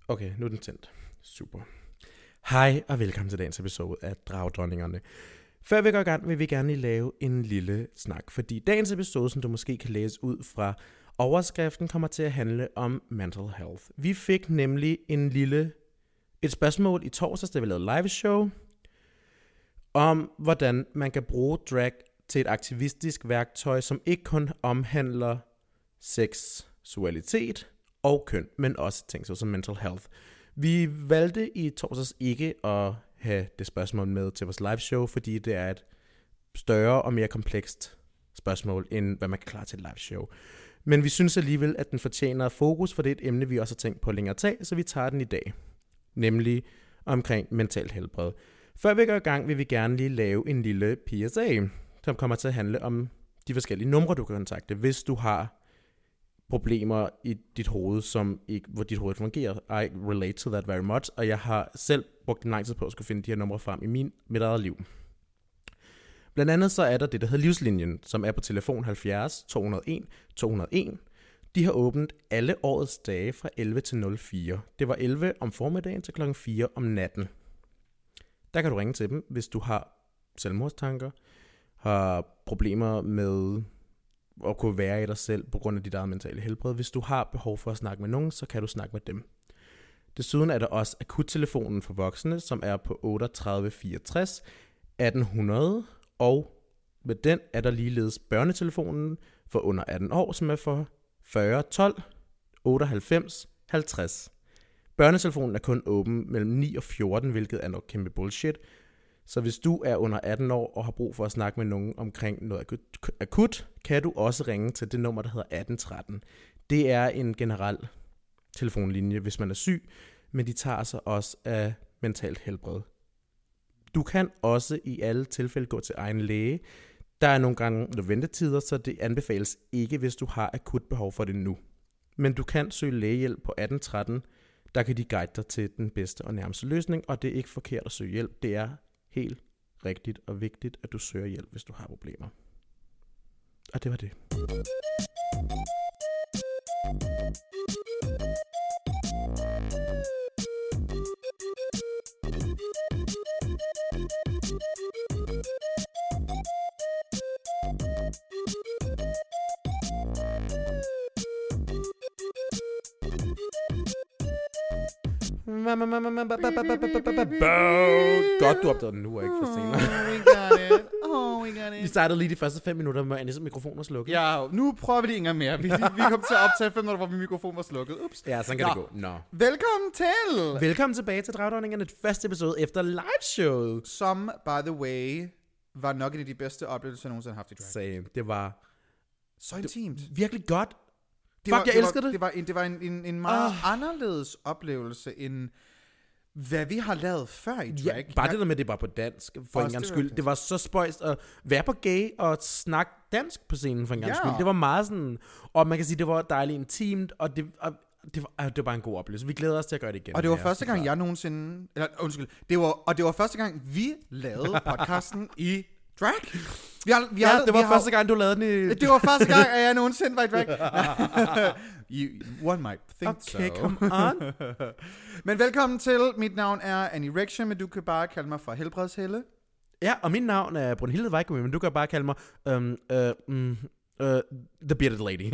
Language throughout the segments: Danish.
Okay, nu er den tændt. Super. Hej og velkommen til dagens episode af Dragdronningerne. Før vi går i gang, vil vi gerne lige lave en lille snak, fordi dagens episode, som du måske kan læse ud fra overskriften, kommer til at handle om mental health. Vi fik nemlig et spørgsmål i torsdags, da vi lavede live show, om hvordan man kan bruge drag til et aktivistisk værktøj, som ikke kun omhandler seksualitet og køn, men også ting som mental health. Vi valgte i torsdags ikke at have det spørgsmål med til vores live show, fordi det er et større og mere komplekst spørgsmål, end hvad man kan klare til et live show. Men vi synes alligevel, at den fortjener fokus, for det er et emne, vi også har tænkt på længere tage, så vi tager den i dag. Nemlig omkring mentalt helbred. Før vi går i gang, vil vi gerne lige lave en lille PSA, som kommer til at handle om de forskellige numre, du kan kontakte, hvis du har problemer i dit hoved, hvor dit hoved fungerer. I relate to that very much, og jeg har selv brugt en lang tid på at skulle finde de her numre frem i mit eget liv. Blandt andet så er der det, der hedder Livslinjen, som er på telefon 70 201 201. De har åbent alle årets dage fra 11 til 04. Det var 11 om formiddagen til klokken 4 om natten. Der kan du ringe til dem, hvis du har selvmordstanker, har problemer med at kunne være i dig selv på grund af dit eget mentale helbred. Hvis du har behov for at snakke med nogen, så kan du snakke med dem. Desuden er der også akuttelefonen for voksne, som er på 38 64 1800, og med den er der ligeledes børnetelefonen for under 18 år, som er for 40 12 98 50. Børnetelefonen er kun åben mellem 9 og 14, hvilket er nok kæmpe bullshit. Så hvis du er under 18 år og har brug for at snakke med nogen omkring noget akut, kan du også ringe til det nummer, der hedder 1813. Det er en generel telefonlinje, hvis man er syg, men de tager sig også af mentalt helbred. Du kan også i alle tilfælde gå til egen læge. Der er nogle gange ventetider, så det anbefales ikke, hvis du har akut behov for det nu. Men du kan søge lægehjælp på 1813. Der kan de guide dig til den bedste og nærmeste løsning, og det er ikke forkert at søge hjælp. Det er helt rigtigt og vigtigt, at du søger hjælp, hvis du har problemer. Og det var det. Godt, du opdagede den nu, og ikke for senere. We got it. Vi startede lige de første 5 minutter, med Annes mikrofon var slukket. Ja, nu prøver vi det en gang mere. Vi kom til at optage 5 minutter, hvor min mikrofon var slukket. Ups. Ja, sådan kan det gå. Nå. Velkommen til! Velkommen tilbage til Dragdronningerne, det første episode efter liveshowet. Som, by the way, var nok en af de bedste oplevelser, jeg nogensinde har haft i drag. Same. Det var så intimt. Virkelig godt. Jeg elsker det. Det var en meget anderledes oplevelse, end hvad vi har lavet før i drag. Ja, bare det der med, det var på dansk, for en gang skyld. Det var så spøjst at være på gay og snakke dansk på scenen for en gang skyld. Det var meget sådan, og man kan sige, det var dejligt intimt, og det var bare en god oplevelse. Vi glæder os til at gøre det igen. Og det var første gang, jeg nogensinde... det var første gang, vi lavede podcasten i drag. Det var første gang, du lavede den i... Det var første gang, at jeg nogensinde var i drag. One might think so. Okay, come on. Men velkommen til. Mit navn er Annie Rexha, men du kan bare kalde mig for Helbredshelle. Ja, og mit navn er Brunhilde Weikumi, men du kan bare kalde mig The Bearded Lady.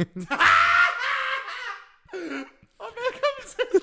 Og velkommen til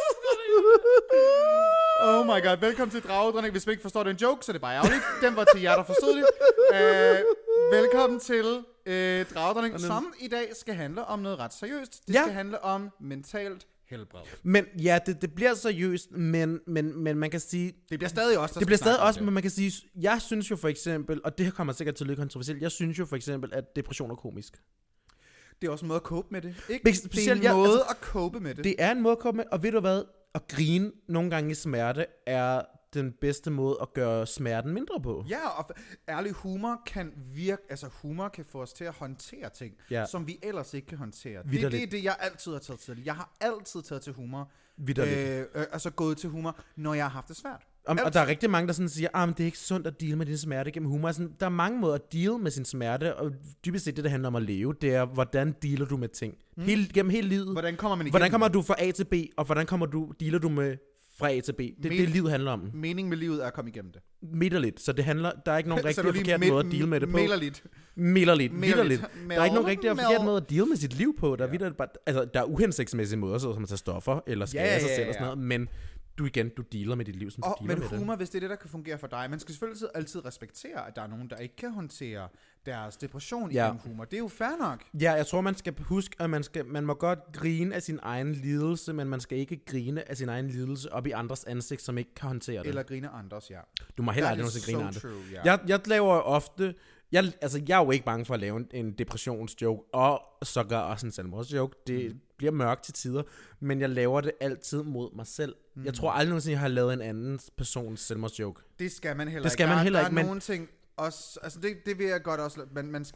oh my god, velkommen til Dragedronning. Hvis man ikke forstår den joke, så er det bare ærgerligt. Den var til jer, der forstod det. Velkommen til Dragedronning, som i dag skal handle om noget ret seriøst. Det skal handle om mentalt helbred. Men ja, det bliver seriøst, men man kan sige... Det bliver stadig også, det bliver stadig også, men man kan sige... Jeg synes jo for eksempel, og det kommer sikkert til at lyde kontroversielt, jeg synes jo for eksempel, at depression er komisk. Det er også en måde at cope med det. Ikke? Det er en måde at cope med det. Det er en måde at cope med, og ved du hvad? At grine nogle gange i smerte er den bedste måde at gøre smerten mindre på. Ja, og ærlig humor kan virke, altså humor kan få os til at håndtere ting, som vi ellers ikke kan håndtere. Det er det, jeg altid har taget til. Jeg har altid taget til humor. Altså gået til humor, når jeg har haft det svært. Og der er rigtig mange, der sådan siger, men det er ikke sundt at deale med din smerte gennem humor. Sådan, der er mange måder at deale med sin smerte, og dybest set det handler om at leve, det er, hvordan dealer du med ting. Gennem hele livet. Hvordan kommer man igennem? Hvordan kommer du fra A til B, og hvordan dealer du med fra A til B? Det livet handler om. Meningen med livet er at komme igennem det. Midlerligt, så det handler, der er ikke nogen rigtig forkert måde at deale med det på. Midlerligt. Der er ikke nogen rigtig forkert måde at deale med sit liv på. Der er uhensigtsmæssige måder, som at tage stoffer, eller skade sig selv og sådan noget, men du dealer med dit liv, som du dealer med det. Men humor, hvis det er det, der kan fungere for dig. Man skal selvfølgelig altid respektere, at der er nogen, der ikke kan håndtere deres depression i humor. Det er jo fair nok. Ja, jeg tror, man skal huske, at man må godt grine af sin egen lidelse, men man skal ikke grine af sin egen lidelse op i andres ansigt, som ikke kan håndtere det. Eller grine andres, ja. Du må heller aldrig nogensinde grine andre. Jeg laver ofte... Jeg er jo ikke bange for at lave en depressionsjoke, og så gør også en selvmordsjoke. Det bliver mørkt til tider, men jeg laver det altid mod mig selv. Jeg tror aldrig nogensinde, jeg har lavet en anden persons selvmordsjoke. Det skal man heller ikke. Det skal man heller ikke, men... Der er nogle ting også... Altså, det vil jeg godt også... Men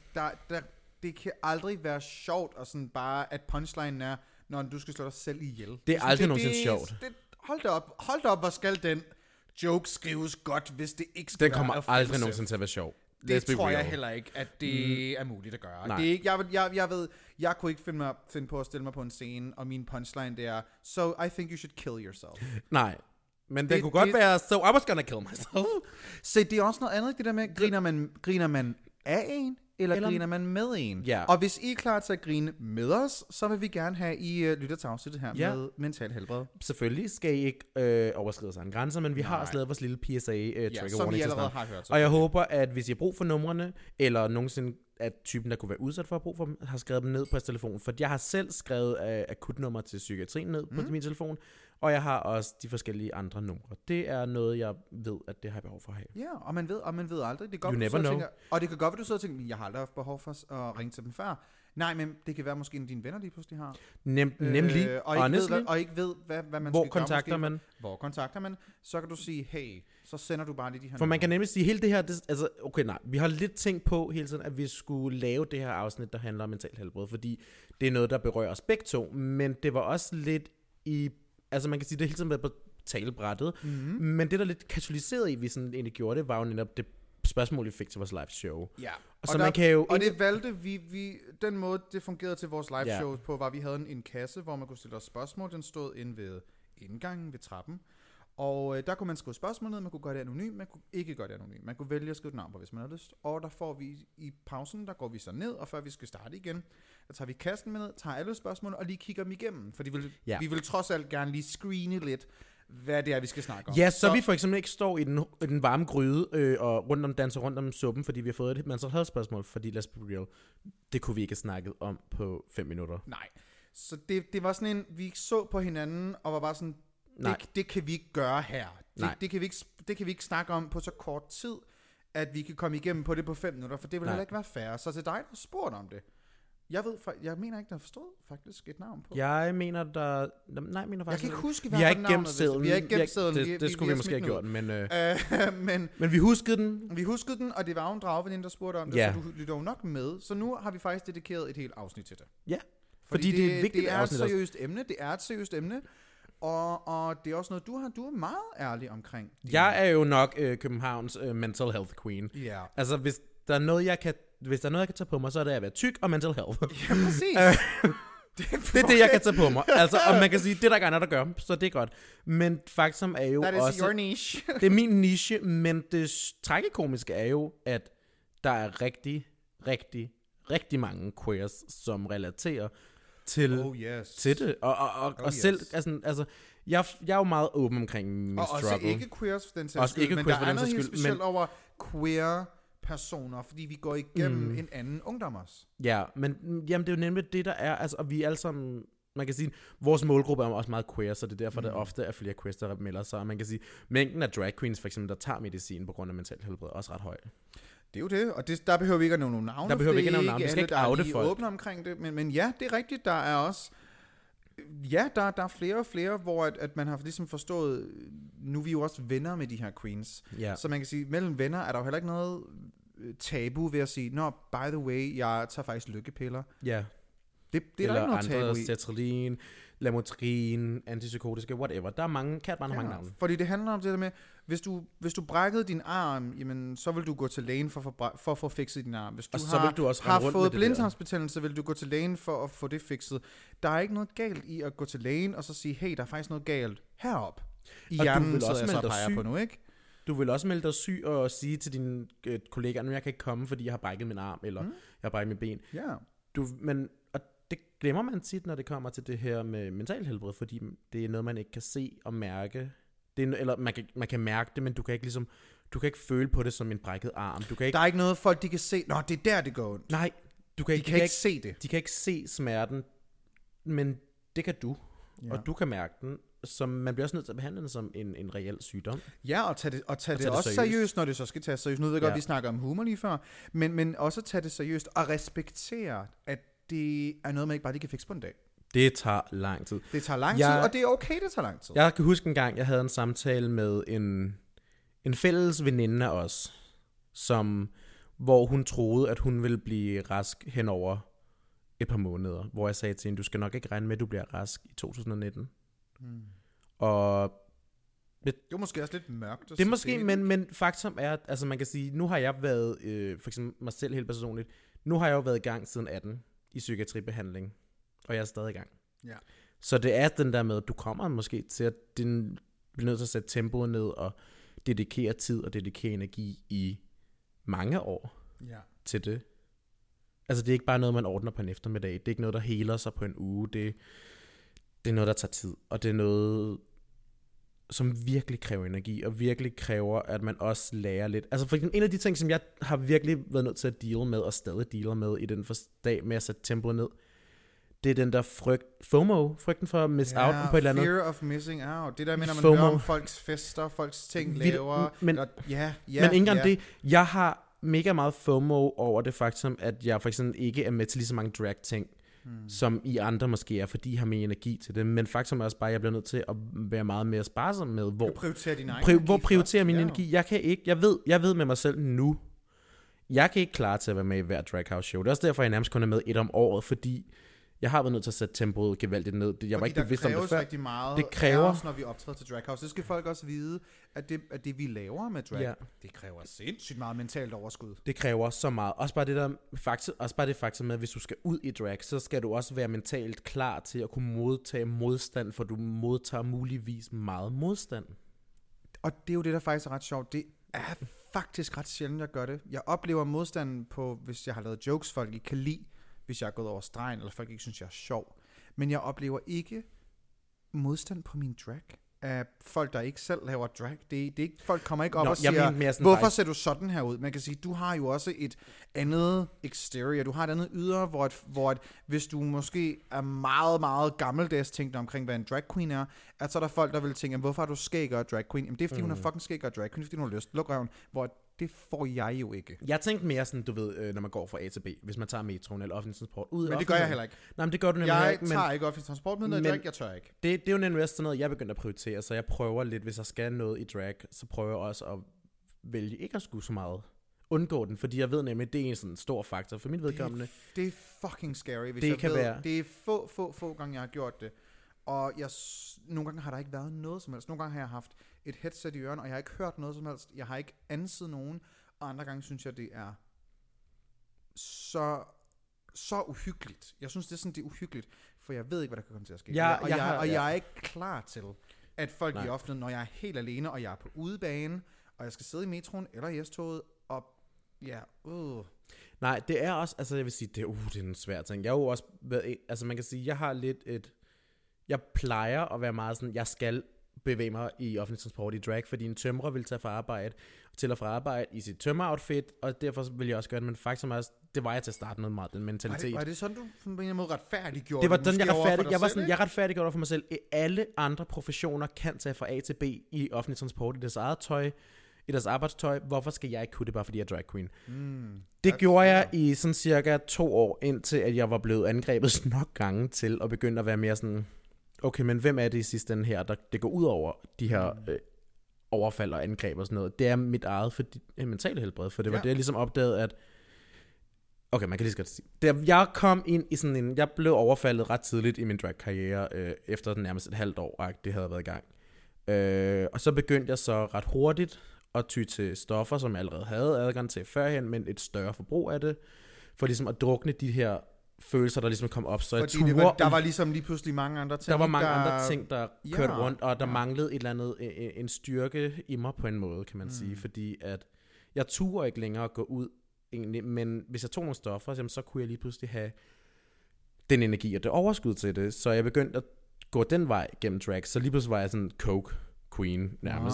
det kan aldrig være sjovt, og sådan bare, at punchlinen er, når du skal slå dig selv ihjel. Det er aldrig nogensinde sjovt. Hold da op, hvor skal den joke skrives godt, hvis det ikke skal være offensive. Det kommer aldrig nogensinde til at være sjov. Det tror jeg heller ikke, at det er muligt at gøre. Det er ikke, jeg kunne ikke finde på at stille mig på en scene, og min punchline det er, so I think you should kill yourself. Nej, men det kunne godt være, so I was gonna kill myself. Så det er også noget andet, det der med, griner man af en, eller griner man med en? Ja. Og hvis I er klar til at grine med os, så vil vi gerne have, I lytter til afsnittet her med mental helbred. Selvfølgelig skal I ikke overskride sig en grænser, men vi har også lavet vores lille PSA trigger som warning I allerede har hørt. Og jeg håber, at hvis I har brug for numrene, eller nogensinde at typen, der kunne være udsat for at brug for dem, har skrevet dem ned på jeres telefon. For jeg har selv skrevet akutnummer til psykiatrien ned på min telefon, og jeg har også de forskellige andre numre. Det er noget, jeg ved, at det har jeg behov for at have. Ja, og man ved aldrig. Det kan godt, you never know. Tænker, og det kan godt være, du sidder og tænker, jeg har aldrig haft behov for at ringe til dem før. Nej, men det kan være, måske en af dine venner lige pludselig har. Nemlig, og ikke ved, hvad man hvor skal kontakter gøre. man? Hvor kontakter man? Så kan du sige, hey, så sender du bare lige de her. For man kan nemlig sige, hele det her, vi har lidt tænkt på hele tiden, at vi skulle lave det her afsnit, der handler om mental helbred, fordi det er noget, der berører os begge to, men det var også lidt i, altså man kan sige, det hele tiden været på talebrættet, men det der lidt katalyserede i, vi sådan egentlig gjorde det, var jo netop det spørgsmål, vi fik til vores live show. Ja. Og det valgte vi den måde, det fungerede til vores live show på, var, vi havde en kasse, hvor man kunne stille os spørgsmål. Den stod inde ved indgangen ved trappen. Og der kunne man skrive spørgsmål ned, man kunne gøre det anonymt, man kunne ikke gøre det anonymt. Man kunne vælge at skrive et navn på, hvis man havde lyst. Og der får vi i pausen, der går vi så ned, og før vi skal starte igen, der tager vi kassen med ned, tager alle spørgsmål og lige kigger dem igennem. Fordi vi vil trods alt gerne lige screene lidt, hvad det er, vi skal snakke om. Ja, så vi for eksempel ikke står i den varme gryde og danser rundt om suppen, fordi vi har fået et mental health spørgsmål, fordi let's be real, det kunne vi ikke have snakket om på 5 minutter. Nej, så det var sådan en, vi så på hinanden og var bare sådan, det kan vi ikke gøre her. Det kan vi ikke snakke om på så kort tid, at vi kan komme igennem på det på 5 minutter, for det vil heller ikke være fair. Så til dig, der har spurgt om det. Jeg mener ikke, der har forstået faktisk et navn på. Jeg mener, Nej, jeg mener faktisk... Jeg kan ikke huske, vi har ikke gemt sedlen. Vi har ikke gemt sedlen. Det skulle vi måske have gjort, men vi huskede den. Vi huskede den, og det var jo en drageveninde, der spurgte om det, så du lytter jo nok med. Så nu har vi faktisk dedikeret et helt afsnit til det. Ja, fordi det er et vigtigt afsnit. Det er et seriøst emne. Og det er også noget, du er meget ærlig omkring. Jeg er jo nok Københavns mental health queen. Ja. Altså, hvis der er noget, jeg kan tage på mig, så er det at være tyk og mental health. Ja, præcis. det er det, jeg kan tage på mig. Altså, og man kan sige, det er der ikke andre, der gør, så det er godt. Men faktum er jo That også... is your niche. Det er min niche, men det tragikomiske er jo, at der er rigtig, rigtig, rigtig mange queers, som relaterer til det. Og selv, altså, jeg er jo meget åben omkring min struggle. Og også ikke queers for den sags skyld, men der er noget helt specielt over queer personer, fordi vi går igennem en anden ungdom også. Ja, men jamen, det er jo nemlig det, der er, altså, og vi er alle sammen, man kan sige, vores målgruppe er også meget queer, så det er derfor, der ofte er flere queers, der melder sig, og man kan sige, mængden af drag queens, for eksempel, der tager medicin på grund af mental helbred, er også ret høj. Det er jo det, og der behøver vi ikke at nævne nogle navne. Der behøver vi ikke at nævne navne, vi skal ikke oute folk. Åbne omkring det, men ja, det er rigtigt, der er også, der er flere og flere, hvor at man har ligesom forstået, nu er vi jo også venner med de her queens, så man kan sige, mellem venner er der jo heller ikke noget tabu ved at sige, by the way, jeg tager faktisk lykkepiller. Ja. Det er der ikke noget tabu i. Sertralin. Lamotrin, antipsykotiske, whatever. Der er mange, kan mange navne. Fordi det handler om det der med, hvis du brækkede din arm, jamen, så vil du gå til lægen for at få fikset din arm. Hvis du har fået blindtarmsbetændelse, vil du gå til lægen for at få det fikset. Der er ikke noget galt i at gå til lægen og så sige, hey, der er faktisk noget galt herop i hjernen, så jeg så peger på nu, ikke? Du vil også melde dig syg og sige til dine kollegaer, nu jeg kan ikke komme, fordi jeg har brækket min arm, eller jeg har brækket min ben. Ja. Og det glemmer man tit, når det kommer til det her med mental helbred, fordi det er noget, man ikke kan se og mærke. Eller man kan mærke det, men du kan ikke føle på det som en brækket arm. Der er ikke noget folk, de kan se. Nå, det er der, det går ondt. Nej, de kan ikke se det. De kan ikke se smerten, men det kan du. Ja. Og du kan mærke den. Så man bliver også nødt til at behandle den som en reel sygdom. Ja, og tage det også seriøst, når det så skal tages seriøst. Nu ved jeg godt, vi snakker om humor lige før, men også tage det seriøst og respektere, at det er noget, man ikke bare lige kan fikse på en dag. Det tager lang tid. Det tager lang tid, og det er okay, det tager lang tid. Jeg kan huske en gang, jeg havde en samtale med en fælles veninde af os, hvor hun troede, at hun ville blive rask hen over et par måneder. Hvor jeg sagde til hende, du skal nok ikke regne med, at du bliver rask i 2019. Og det er måske også lidt mørkt. Det er måske, men faktum er, at altså man kan sige, nu har jeg været, for eksempel mig selv helt personligt, nu har jeg jo været i gang siden 18 i psykiatribehandling, og jeg er stadig i gang. Ja. Så det er den der med, at du kommer måske til at blive nødt til at sætte tempoet ned og dedikere tid og dedikere energi i mange år til det. Altså det er ikke bare noget, man ordner på en eftermiddag. Det er ikke noget, der heler sig på en uge. Det er noget, der tager tid, og det er noget, som virkelig kræver energi, og virkelig kræver, at man også lærer lidt. Altså for en af de ting, som jeg har virkelig været nødt til at deale med, og stadig dealer med i den dag med at sætte tempoet ned, det er den der FOMO, frygten for at miss out på et eller andet. Fear of missing out. Det der med, når man hører om folks fester, folks ting laver. Men ikke engang det. Jeg har mega meget FOMO over det faktum, at jeg for eksempel ikke er med til lige så mange drag-ting, som I andre måske er, fordi I har mere energi til det. Men faktum er også bare, at jeg bliver nødt til at være meget mere sparsom med, hvor prioriterer min energi. Jeg kan ikke, jeg ved med mig selv nu, jeg kan ikke klare til at være med i hver Drag House show. Det er også derfor, jeg nærmest kun er med 1 om året, fordi jeg har været nødt til at sætte tempoet gevaldigt ned. Jeg var ikke bevidst om det før. Rigtig meget det kræver også, når vi optræder til Drag House. Det skal folk også vide, at det vi laver med drag, det kræver sindssygt meget mentalt overskud. Det kræver så meget. Også bare det faktum med, at hvis du skal ud i drag, så skal du også være mentalt klar til at kunne modtage modstand, for du modtager muligvis meget modstand. Og det er jo det, der faktisk er ret sjovt. Det er faktisk ret sjældent, jeg gør det. Jeg oplever modstanden på, hvis jeg har lavet jokes, folk ikke kan lide, hvis jeg er gået over stregen, eller folk ikke synes, jeg er sjov. Men jeg oplever ikke modstand på min drag af folk, der ikke selv laver drag. Det er ikke, folk kommer ikke op og siger, hvorfor ser du sådan her ud? Man kan sige, du har jo også et andet exterior, du har et andet ydre, hvor hvis du måske er meget, meget gammeldags tænkt omkring, hvad en drag queen er, at så er der folk, der vil tænke, hvorfor har du skæg og drag queen? Jamen det er, fordi hun har fucking skæg og drag queen, fordi hun har lyst. Luk røven. Hvor det får jeg jo ikke. Jeg tænkte mere sådan, du ved, når man går fra A til B, hvis man tager metroen eller offentlig transport ud. Men det gør jeg heller ikke. Nej, men det gør du nemlig ikke. Jeg tager ikke offentlig transport med noget drag, jeg tør ikke. Det er jo nemlig også sådan noget, jeg begynder at prioritere, så jeg prøver lidt, hvis jeg skal noget i drag, så prøver jeg også at vælge ikke at skulle så meget undgå den, fordi jeg ved nemlig, at det er en sådan stor faktor for mit vedkommende. Det er fucking scary, hvis det jeg kan ved. Være. Det er få gange, jeg har gjort det. Og nogle gange har der ikke været noget som helst. Nogle gange har jeg haft et headset i ørerne, og jeg har ikke hørt noget som helst. Jeg har ikke anset nogen. Og andre gange synes jeg, det er så uhyggeligt. Jeg synes, det er uhyggeligt, for jeg ved ikke, hvad der kan komme til at ske. Jeg er ikke klar til, at folk i offentligheden, når jeg er helt alene, og jeg er på udebane, og jeg skal sidde i metroen eller i S-toget, og Nej, det er også, altså jeg vil sige, det er en svær ting. Jeg er jo også, altså man kan sige, jeg har lidt jeg plejer at være meget sådan, jeg skal bevæge mig i offentlig transport i drag, fordi en tømrer vil tage fra arbejde til og fra arbejde i sit tømmeroutfit, og derfor vil jeg også gøre det, men faktisk også, det var jeg til at starte med meget, den mentalitet. Var det sådan, du på en eller anden måde retfærdiggjorde det? Var den, jeg retfærdiggjorde det for mig selv. Alle andre professioner kan tage fra A til B i offentlig transport i deres eget tøj, i deres arbejdstøj. Hvorfor skal jeg ikke kunne det, bare fordi jeg er drag queen? Det gjorde jeg i sådan cirka 2 år, indtil at jeg var blevet angrebet nok gange til at begynde at være mere sådan, okay, men hvem er det i sidste ende her, der det går ud over de her overfald og angreb og sådan noget? Det er mit eget mentale helbred, for det var det, jeg ligesom opdagede, at Okay, man kan lige så godt sige. Jeg kom ind i sådan en... Jeg blev overfaldet ret tidligt i min drag-karriere, efter den nærmest et halvt år, det havde været i gang. Og så begyndte jeg så ret hurtigt at ty til stoffer, som jeg allerede havde adgang til førhen, men et større forbrug af det, for ligesom at drukne de her følelser, der ligesom kom op. Så fordi der var ligesom lige pludselig mange andre ting. Der var mange andre ting, der kørte rundt, og der manglede et eller andet, en styrke i mig på en måde, kan man sige, fordi at jeg turde ikke længere at gå ud, egentlig, men hvis jeg tog nogle stoffer, så kunne jeg lige pludselig have den energi og det overskud til det, så jeg begyndte at gå den vej gennem drag, så lige pludselig var jeg sådan coke queen nærmest.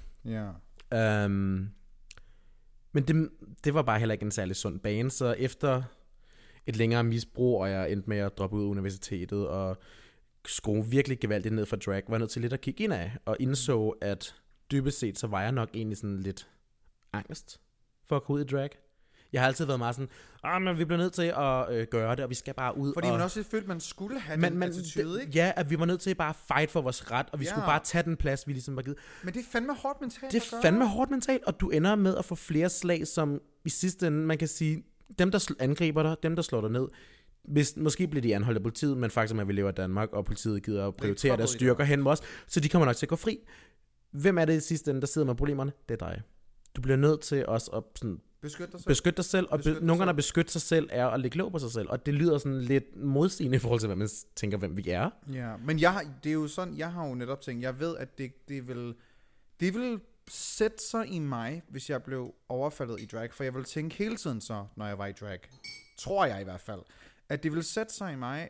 Men det var bare heller ikke en særlig sund bane, så efter et længere misbrug, og jeg endte med at droppe ud af universitetet, og skrue virkelig gevaldigt ned for drag, var jeg nødt til lidt at kigge ind af, og indså, at dybest set, så var jeg nok egentlig sådan lidt angst for at gå ud i drag. Jeg har altid været meget sådan, men vi bliver nødt til at gøre det, og vi skal bare ud. Fordi man også følte, at man skulle have den attitude, ikke? Ja, at vi var nødt til bare at fight for vores ret, og vi skulle bare tage den plads, vi ligesom var givet. Men det er fandme hårdt mentalt. Det er fandme hårdt mentalt, og du ender med at få flere slag, som i sidste ende, man kan sige, dem der angriber dig, dem der slår dig ned, måske bliver de anholdt af politiet, men faktisk at vi lever i Danmark, og politiet gider at prioritere deres styrker hen med os, så de kommer nok til at gå fri. Hvem er det i sidste ende, der sidder med problemerne? Det er dig. Du bliver nødt til også at sådan beskytte dig selv, og nogle gange at beskytte sig selv er at lægge låg på sig selv, og det lyder sådan lidt modsigende i forhold til, hvad man tænker, hvem vi er. Ja, men det er jo sådan, jeg har jo netop tænkt, jeg ved, at det vil sætte sig i mig, hvis jeg blev overfaldet i drag, for jeg vil tænke hele tiden så, når jeg var i drag, tror jeg i hvert fald, at det vil sætte sig i mig,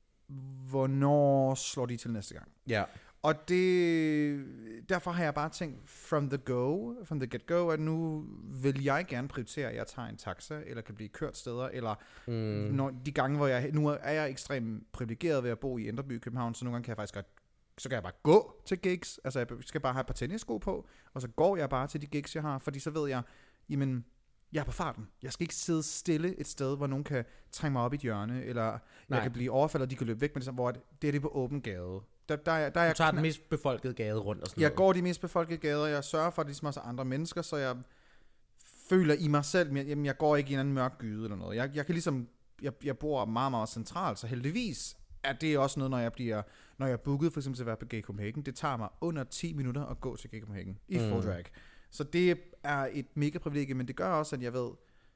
hvornår slår de til næste gang. Ja. Og derfor har jeg bare tænkt from the get-go, at nu vil jeg gerne prioritere, at jeg tager en taxa, eller kan blive kørt steder, eller når de gange, hvor nu er jeg ekstremt privilegeret ved at bo i Indre By i København, så nogle gange kan jeg faktisk godt, så kan jeg bare gå til gigs, altså jeg skal bare have et par tennissko på, og så går jeg bare til de gigs, jeg har, fordi så ved jeg, jamen, jeg er på farten. Jeg skal ikke sidde stille et sted, hvor nogen kan trænge mig op i et hjørne, eller jeg kan blive overfaldet, og de kan løbe væk med det, hvor det er på åben gade. Du tager den mest befolkede gade rundt og sådan noget. Jeg går de mest befolkede gader, og jeg sørger for, at det ligesom også er andre mennesker, så jeg føler i mig selv, jamen jeg går ikke i en anden mørk gyde eller noget. Jeg kan ligesom, jeg bor meget, meget centralt, så heldigvis er det også noget, når jeg er booket for eksempel til at være på Gay Copenhagen. Det tager mig under 10 minutter at gå til Gay Copenhagen i full drag. Så det er et mega privilegie, men det gør også, at jeg ved,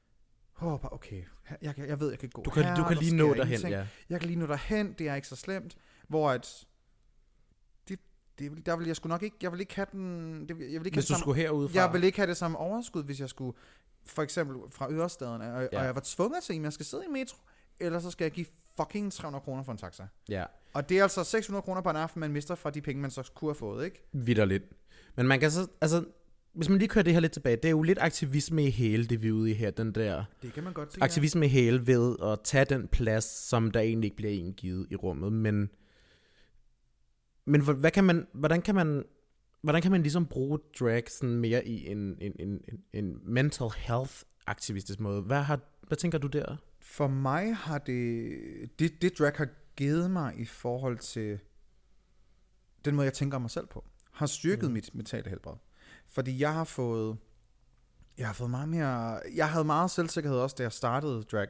okay, jeg ved, jeg kan gå du kan lige nå derhen, ja. Jeg kan lige nå derhen, det er ikke så slemt, hvor at der vil jeg sgu nok ikke, jeg vil ikke have den, jeg vil ikke hvis du skulle herudefra. Jeg vil ikke have det samme overskud, hvis jeg skulle, for eksempel fra Ørestaden, og jeg var tvunget til, at jeg skal sidde i metro, eller så skal jeg give fucking 300 kroner for en taxa. Ja. Og det er altså 600 kroner på en aften, man mister fra de penge, man så kunne have fået, ikke? Vitterligt. Men man kan så, altså, hvis man lige kører det her lidt tilbage, det er jo lidt aktivisme i hele det vi er ude i her, den der det kan man godt sige, aktivisme i hele ved at tage den plads, som der egentlig ikke bliver indgivet i rummet, men hvordan kan man ligesom bruge drag sådan mere i en mental health aktivistisk måde? Hvad tænker du der? For mig har det drag har givet mig i forhold til den måde jeg tænker mig selv på, har styrket mit mentale helbred. Fordi jeg har fået meget mere, jeg havde meget selvsikkerhed også, da jeg startede drag.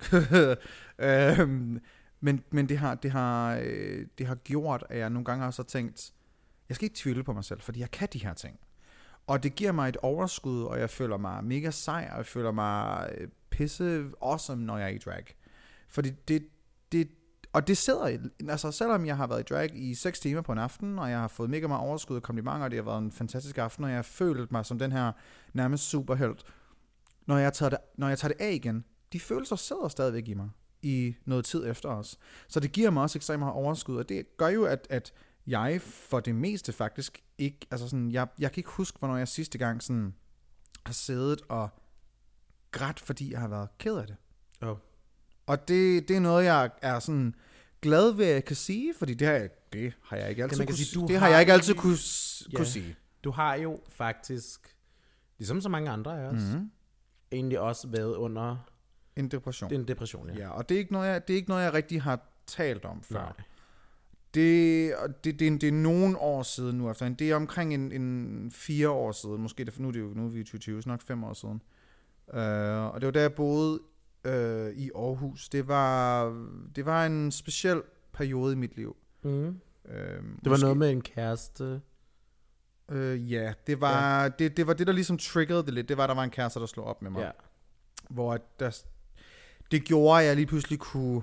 Men det har gjort, at jeg nogle gange også har tænkt, jeg skal ikke tvivle på mig selv, fordi jeg kan de her ting. Og det giver mig et overskud, og jeg føler mig mega sej, og jeg føler mig pisse awesome, når jeg er i drag. Fordi det sidder, altså selvom jeg har været i drag i 6 timer på en aften, og jeg har fået mega meget overskud og komplimenter, og det har været en fantastisk aften, og jeg har følt mig som den her nærmest superhelt. Når jeg tager det af igen, de følelser sidder stadigvæk i mig i noget tid efter os. Så det giver mig også ekstremt meget overskud, og det gør jo, at jeg for det meste faktisk ikke, altså sådan, jeg kan ikke huske, hvornår jeg sidste gang sådan har siddet og grædt, fordi jeg har været ked af det. Oh. Og det er noget, jeg er sådan glad ved, at jeg kan sige, fordi det har jeg ikke altid kunne sige. Du har jo faktisk, ligesom så mange andre af os, egentlig også været under en depression. Det er en depression, ja. Ja, og det er ikke noget, jeg rigtig har talt om før. Nej. Det er nogle år siden nu efter. Det er omkring en 4 år siden. Måske nu er vi i 2020, så nok 5 år siden. Og det var da jeg boede i Aarhus. Det var en speciel periode i mit liv. Det var noget med en kæreste. Ja, det var det der ligesom triggerede det lidt. Det var, der var en kæreste, der slog op med mig. Ja. Hvor det gjorde, at jeg lige pludselig kunne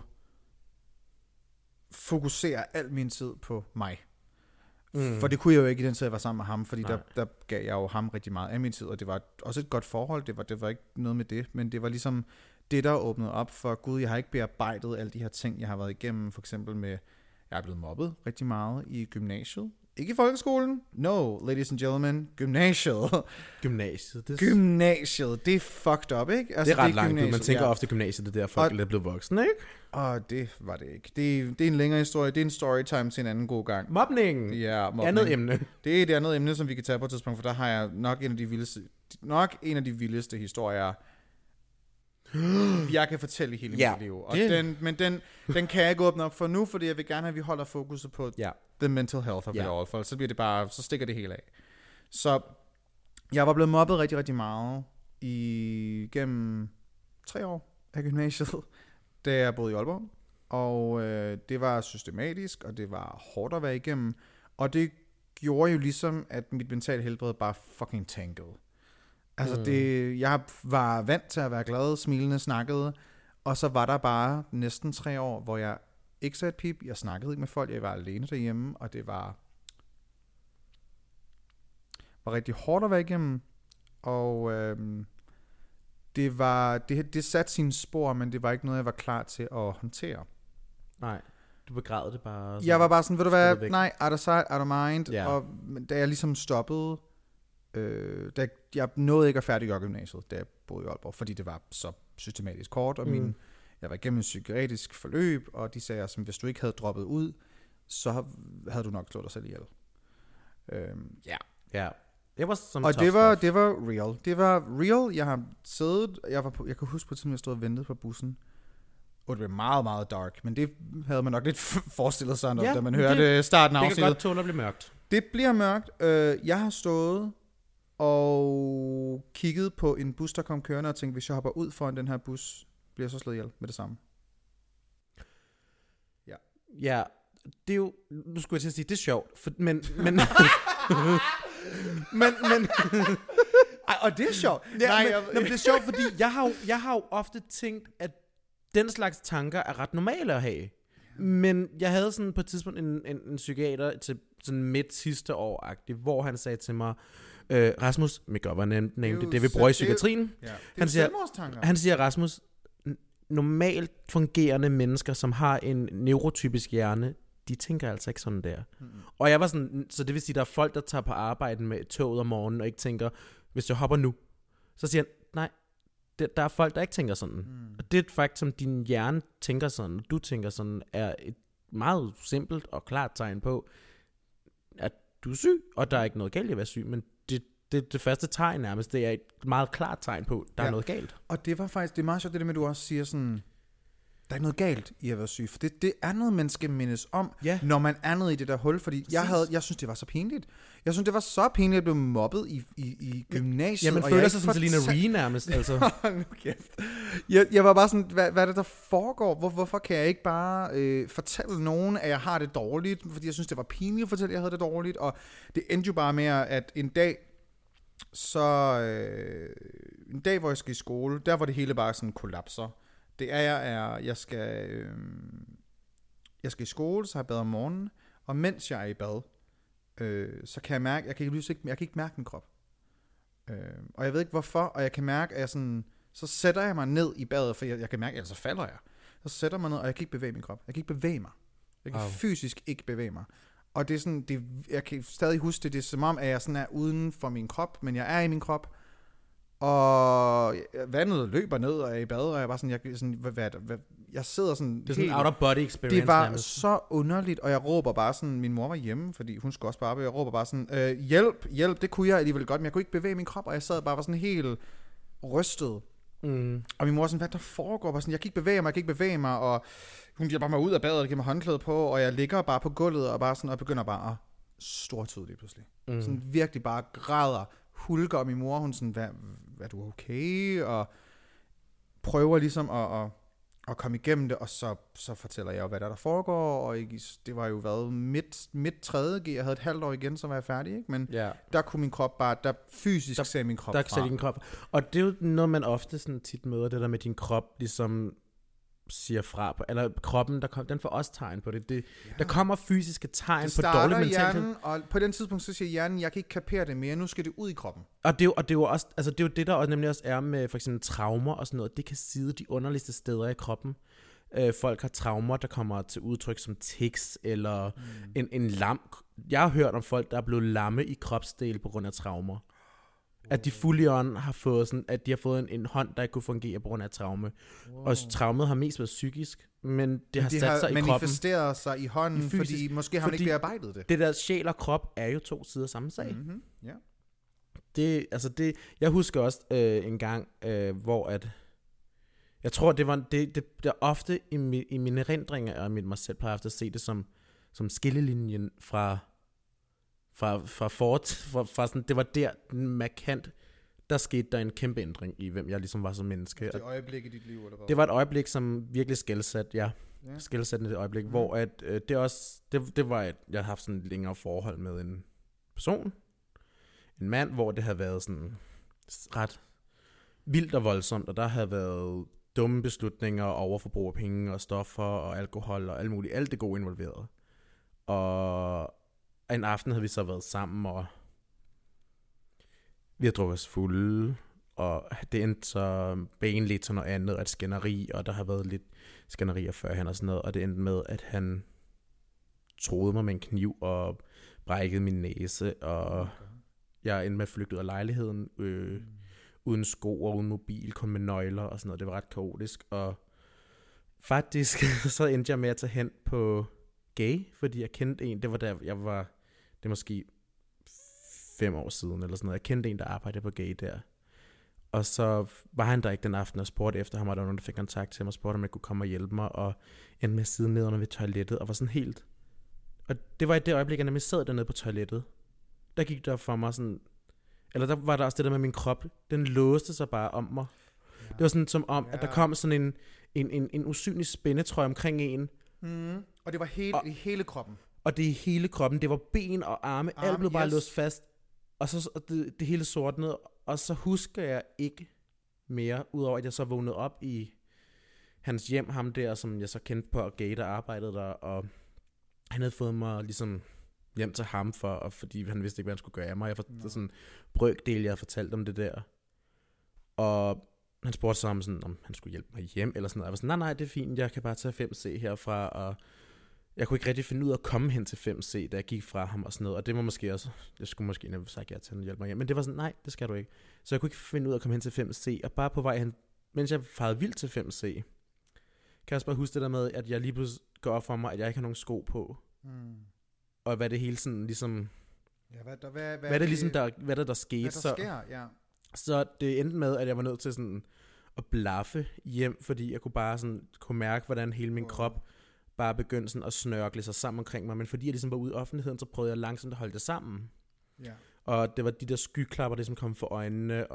fokusere al min tid på mig. For det kunne jeg jo ikke i den tid, jeg var sammen med ham, fordi der gav jeg jo ham rigtig meget af min tid, og det var også et godt forhold, det var ikke noget med det, men det var ligesom det, der åbnede op for, gud, jeg har ikke bearbejdet alle de her ting, jeg har været igennem, for eksempel med, jeg er blevet mobbet rigtig meget i gymnasiet. Ikke i folkeskolen. No, ladies and gentlemen. Gymnasiet. Gymnasiet, det er fucked up, ikke? Altså, det er ret langt ud. Man tænker ofte gymnasiet, det der folk er blevet voksne, ikke? Og det var det ikke. Det er en længere historie. Det er en storytime til en anden god gang. Mobning. Ja, mobning. Andet emne. Det er et andet emne, som vi kan tage på et tidspunkt, for der har jeg nok en af de vildeste historier, jeg kan fortælle i hele mit liv. Og den kan jeg ikke åbne op for nu, fordi jeg vil gerne have, at vi holder fokuset på the mental health of it all, for så bliver det bare, så stikker det hele af. Så jeg var blevet mobbet rigtig, rigtig meget gennem 3 år af gymnasiet, da jeg boede i Aalborg. Og det var systematisk, og det var hårdt at være igennem. Og det gjorde jo ligesom, at mit mentale helbred bare fucking tankede. Altså jeg var vant til at være glad, smilende, snakkede, og så var der bare næsten 3 år, hvor jeg ikke sagde et pip, jeg snakkede ikke med folk, jeg var alene derhjemme, og det var rigtig hårdt at være igennem, og det satte sine spor, men det var ikke noget, jeg var klar til at håndtere. Nej. Du begræd det bare? Sådan, jeg var bare sådan, ved du hvad, nej, out of sight, out of mind, og da jeg ligesom stoppede, jeg nåede ikke at færdiggøre gymnasiet, da jeg boede i Aalborg, fordi det var så systematisk kort, og jeg var igennem et psykiatrisk forløb, og de sagde, at hvis du ikke havde droppet ud, så havde du nok slået dig selv ihjel. Det var som og det var real. Det var real. Jeg har siddet, jeg kan huske på tiden, jeg stod og ventede på bussen. Og det var meget, meget dark, men det havde man nok lidt forestillet sig, da man hørte starten af afsnittet. Det kan godt tåle at blive mørkt. Det bliver mørkt. Jeg har stået og kigget på en bus, der kom kørende, og tænkte, hvis jeg hopper ud foran den her bus, bliver jeg så slået ihjel med det samme. Ja, det er jo, nu skulle jeg til at sige, det er sjovt, men og det er sjovt. Men det er sjovt, fordi jeg har jo ofte tænkt, at den slags tanker er ret normale at have. Men jeg havde sådan på et tidspunkt en psykiater til sådan midt sidste år-agtigt, hvor han sagde til mig, Rasmus, det vi bruger i psykiatrien. Han siger, Rasmus, normalt fungerende mennesker, som har en neurotypisk hjerne, de tænker altså ikke sådan der. Og jeg var sådan, så det vil sige, der er folk, der tager på arbejde med toget om morgenen, og ikke tænker, hvis jeg hopper nu, så siger han, nej, der er folk, der ikke tænker sådan. Og det er et fakt, som din hjerne tænker sådan, og du tænker sådan, er et meget simpelt og klart tegn på, at du er syg, og der er ikke noget galt i at være syg, men det første tegn nærmest, det er et meget klart tegn på, der er noget galt. Og det var faktisk, det er meget sjovt det med, at du også siger sådan, der er ikke noget galt i at være syg, for det er noget, man skal mindes om, når man er nede i det der hul, fordi jeg synes, det var så pinligt. Jeg synes, det var så pinligt at blive mobbet i gymnasiet. Ja, man føler sig som Selina Ree nærmest. Altså. Jeg var bare sådan, hvad er det, der foregår? Hvorfor kan jeg ikke bare fortælle nogen, at jeg har det dårligt? Fordi jeg synes, det var pinligt at fortælle, at jeg havde det dårligt. Og det endte jo bare med, at en dag, hvor jeg skal i skole, der var det hele bare sådan kollapser. Det jeg skal i skole, så har jeg bad om morgenen, og mens jeg er i bad, så kan jeg mærke, jeg kan ikke mærke min krop. Og jeg ved ikke hvorfor, og jeg kan mærke, at jeg sådan, så sætter jeg mig ned i badet, for jeg kan mærke, at så falder jeg. Så sætter jeg mig ned, og jeg kan ikke bevæge min krop. Jeg kan ikke bevæge mig. Jeg kan fysisk ikke bevæge mig. Og det er sådan, jeg kan stadig huske det er som om, at jeg sådan er uden for min krop, men jeg er i min krop. Og vandet løber ned, og jeg er i bad, og jeg var sådan, jeg sidder sådan. Det er sådan en out of body experience. Det var så underligt, og jeg råber bare sådan, min mor var hjemme, fordi hun skulle også på arbejde, jeg råber bare sådan, hjælp, det kunne jeg alligevel godt, men jeg kunne ikke bevæge min krop, og jeg sad bare var sådan helt rystet. Og min mor var sådan, hvad der foregår? Bare sådan, jeg kan ikke bevæge mig, og hun giver bare mig ud af badet, og giver mig håndklæde på, og jeg ligger bare på gulvet, og bare sådan, og begynder bare at stortude lige pludselig. Sådan virkelig bare græder, hulker, og min mor, hun sådan, hvad er du okay? Og prøver ligesom at komme igennem det, og så fortæller jeg jo, hvad der foregår, og det var jo været midt 3.G, jeg havde et halvt år igen, så var jeg færdig, ikke? Men der kunne min krop bare, der fysisk ser min krop fra. Din krop. Og det er jo noget, man ofte sådan tit møder, det der med din krop, ligesom siger fra på, eller kroppen, den får også tegn på det. Der kommer fysiske tegn på dårlig mentalitet. Og på den tidspunkt, så siger hjernen, jeg kan ikke kapere det mere, nu skal det ud i kroppen. Og det er jo også, altså det er jo det, der også, nemlig også er med for eksempel traumer og sådan noget, det kan sidde de underligste steder i kroppen. Folk har traumer, der kommer til udtryk som tics, eller en lam. Jeg har hørt om folk, der er blevet lamme i kropsdel på grund af traumer. At de fulde on har fået sådan, at de har fået en hånd, der ikke kunne fungere på grund af traume. Og traumet har mest været psykisk, men det har sat sig i kroppen. Manifesteret sig i hånden, fordi måske har man ikke bearbejdet det. Det der sjæl og krop er jo 2 sider samme sag. Mm-hmm. Yeah. Jeg husker også en gang, hvor at jeg tror, det var det der ofte i mine erindringer og mig selv plejer at se det som skillelinjen fra sådan, det var der markant, der skete der en kæmpe ændring i, hvem jeg ligesom var som menneske. Det øjeblik i dit liv, eller hvad? Det var et øjeblik, som virkelig skældsat, skældsættende øjeblik, hvor at, det også, det var jeg havde haft sådan et længere forhold med en person, en mand, hvor det havde været sådan ret vildt og voldsomt, og der havde været dumme beslutninger, overforbrug af penge og stoffer og alkohol og alt muligt, alt det gode involveret. Og en aften havde vi så været sammen, og vi havde drukket os fulde, og det endte så benligt til noget andet, og et skænderi, og der har været lidt skænderier førhen og sådan noget, og det endte med, at han troede mig med en kniv og brækkede min næse, og jeg endte med at flygte ud af lejligheden, uden sko og uden mobil, kun med nøgler og sådan noget. Det var ret kaotisk, og faktisk så endte jeg med at tage hen på Gay, fordi jeg kendte en, det var der jeg var, det er måske 5 år siden eller sådan noget, jeg kendte en, der arbejdede på Gay der, og så var han der ikke den aften og spurgte efter ham, og der var nogen, der fik kontakt til mig og spurgte, om jeg kunne komme og hjælpe mig, og endte med at sidde nede under ved toilettet, og var sådan helt, og det var i det øjeblik, jeg nemlig sad dernede på toilettet, der gik der for mig sådan, eller der var der også det der med min krop, den låste sig bare om mig. Ja. Det var sådan som om, at der kom sådan en usynlig spændetrøje omkring en. Og det var i hele kroppen. Og det i hele kroppen, det var ben og arme, alt blev bare låst fast. Og så det hele sortnede, og så husker jeg ikke mere, udover at jeg så vågnede op i hans hjem, ham der, som jeg så kendte på Gay, der arbejdede der, og han havde fået mig ligesom hjem til ham, fordi han vidste ikke, hvad han skulle gøre af mig. Jeg fortalte sådan brøkdel, jeg havde fortalt om det der. Og han spurgte så om, sådan, om han skulle hjælpe mig hjem, eller sådan noget. Jeg var sådan, nej, det er fint, jeg kan bare tage 5C herfra, og jeg kunne ikke rigtig finde ud af at komme hen til 5C, da jeg gik fra ham og sådan noget. Og det var måske også, jeg skulle måske have sagt ja til at hjælpe mig hjem, men det var sådan, nej, det skal du ikke. Så jeg kunne ikke finde ud af at komme hen til 5C, og bare på vej hen, mens jeg farede vildt til 5C, kan jeg også bare huske det der med, at jeg lige pludselig går op for mig, at jeg ikke har nogen sko på. Og hvad det hele sådan ligesom, hvad der skete. Hvad der sker, ja. Så det endte med, at jeg var nødt til sådan at blaffe hjem, fordi jeg kunne mærke, hvordan hele min krop bare begyndte sådan at snørkle sig sammen omkring mig. Men fordi jeg ligesom var ude i offentligheden, så prøvede jeg langsomt at holde det sammen. Ja. Og det var de der skyklapper, der som kom for øjnene.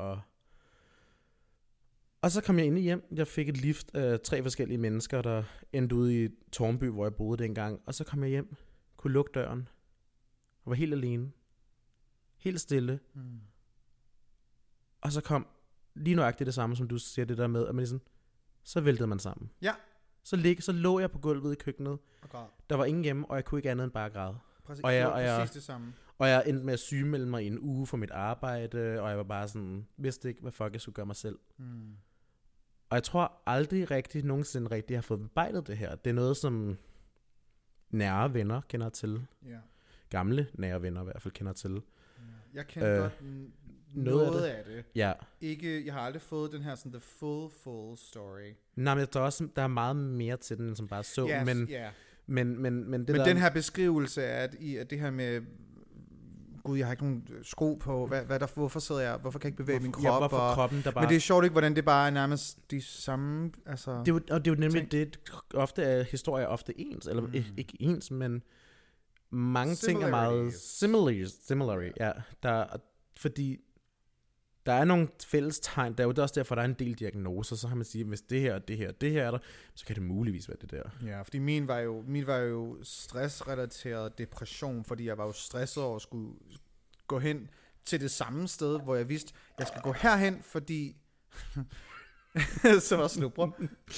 Og så kom jeg ind i hjem. Jeg fik et lift af 3 forskellige mennesker, der endte ude i Tårnby, hvor jeg boede dengang. Og så kom jeg hjem, kunne lukke døren, og var helt alene. Helt stille. Og så kom lige nøjagtigt det samme, som du siger, det der med, at man ligesom, så væltede man sammen. Ja. Så lå jeg på gulvet i køkkenet. Der var ingen hjemme, og jeg kunne ikke andet end bare græde. Præcis det samme. Og jeg endte med at sygemelde mig i en uge for mit arbejde, og jeg var bare sådan, vidste ikke, hvad fuck jeg skulle gøre mig selv. Og jeg tror aldrig nogensinde rigtig har fået bearbejdet det her. Det er noget, som nære venner kender til. Ja. Gamle nære venner i hvert fald kender til. Jeg kender godt noget af det. Ja. Ikke, jeg har aldrig fået den her sådan the full story. Nej, men der er meget mere til den, end som bare så. Yes, men den her beskrivelse af at det her med, gud, jeg har ikke nogen sko på, hvorfor sidder jeg, hvorfor kan jeg ikke bevæge min krop? Ja, hvorfor kroppen, der bare... Men det er sjovt ikke, hvordan det bare er nærmest de samme, altså... Og det er jo nemlig det, ofte er historier ofte ens, eller ikke ens, men mange ting er meget similar, ja, fordi der er nogle fælles tegn. Der er jo også derfor, der er en del diagnoser. Så har man sige, hvis det her og det her og det her er der, så kan det muligvis være det der. Ja, fordi min var jo stressrelateret depression, fordi jeg var jo stresset over at skulle gå hen til det samme sted, hvor jeg vidste, jeg skal gå herhen, fordi... så var snubber.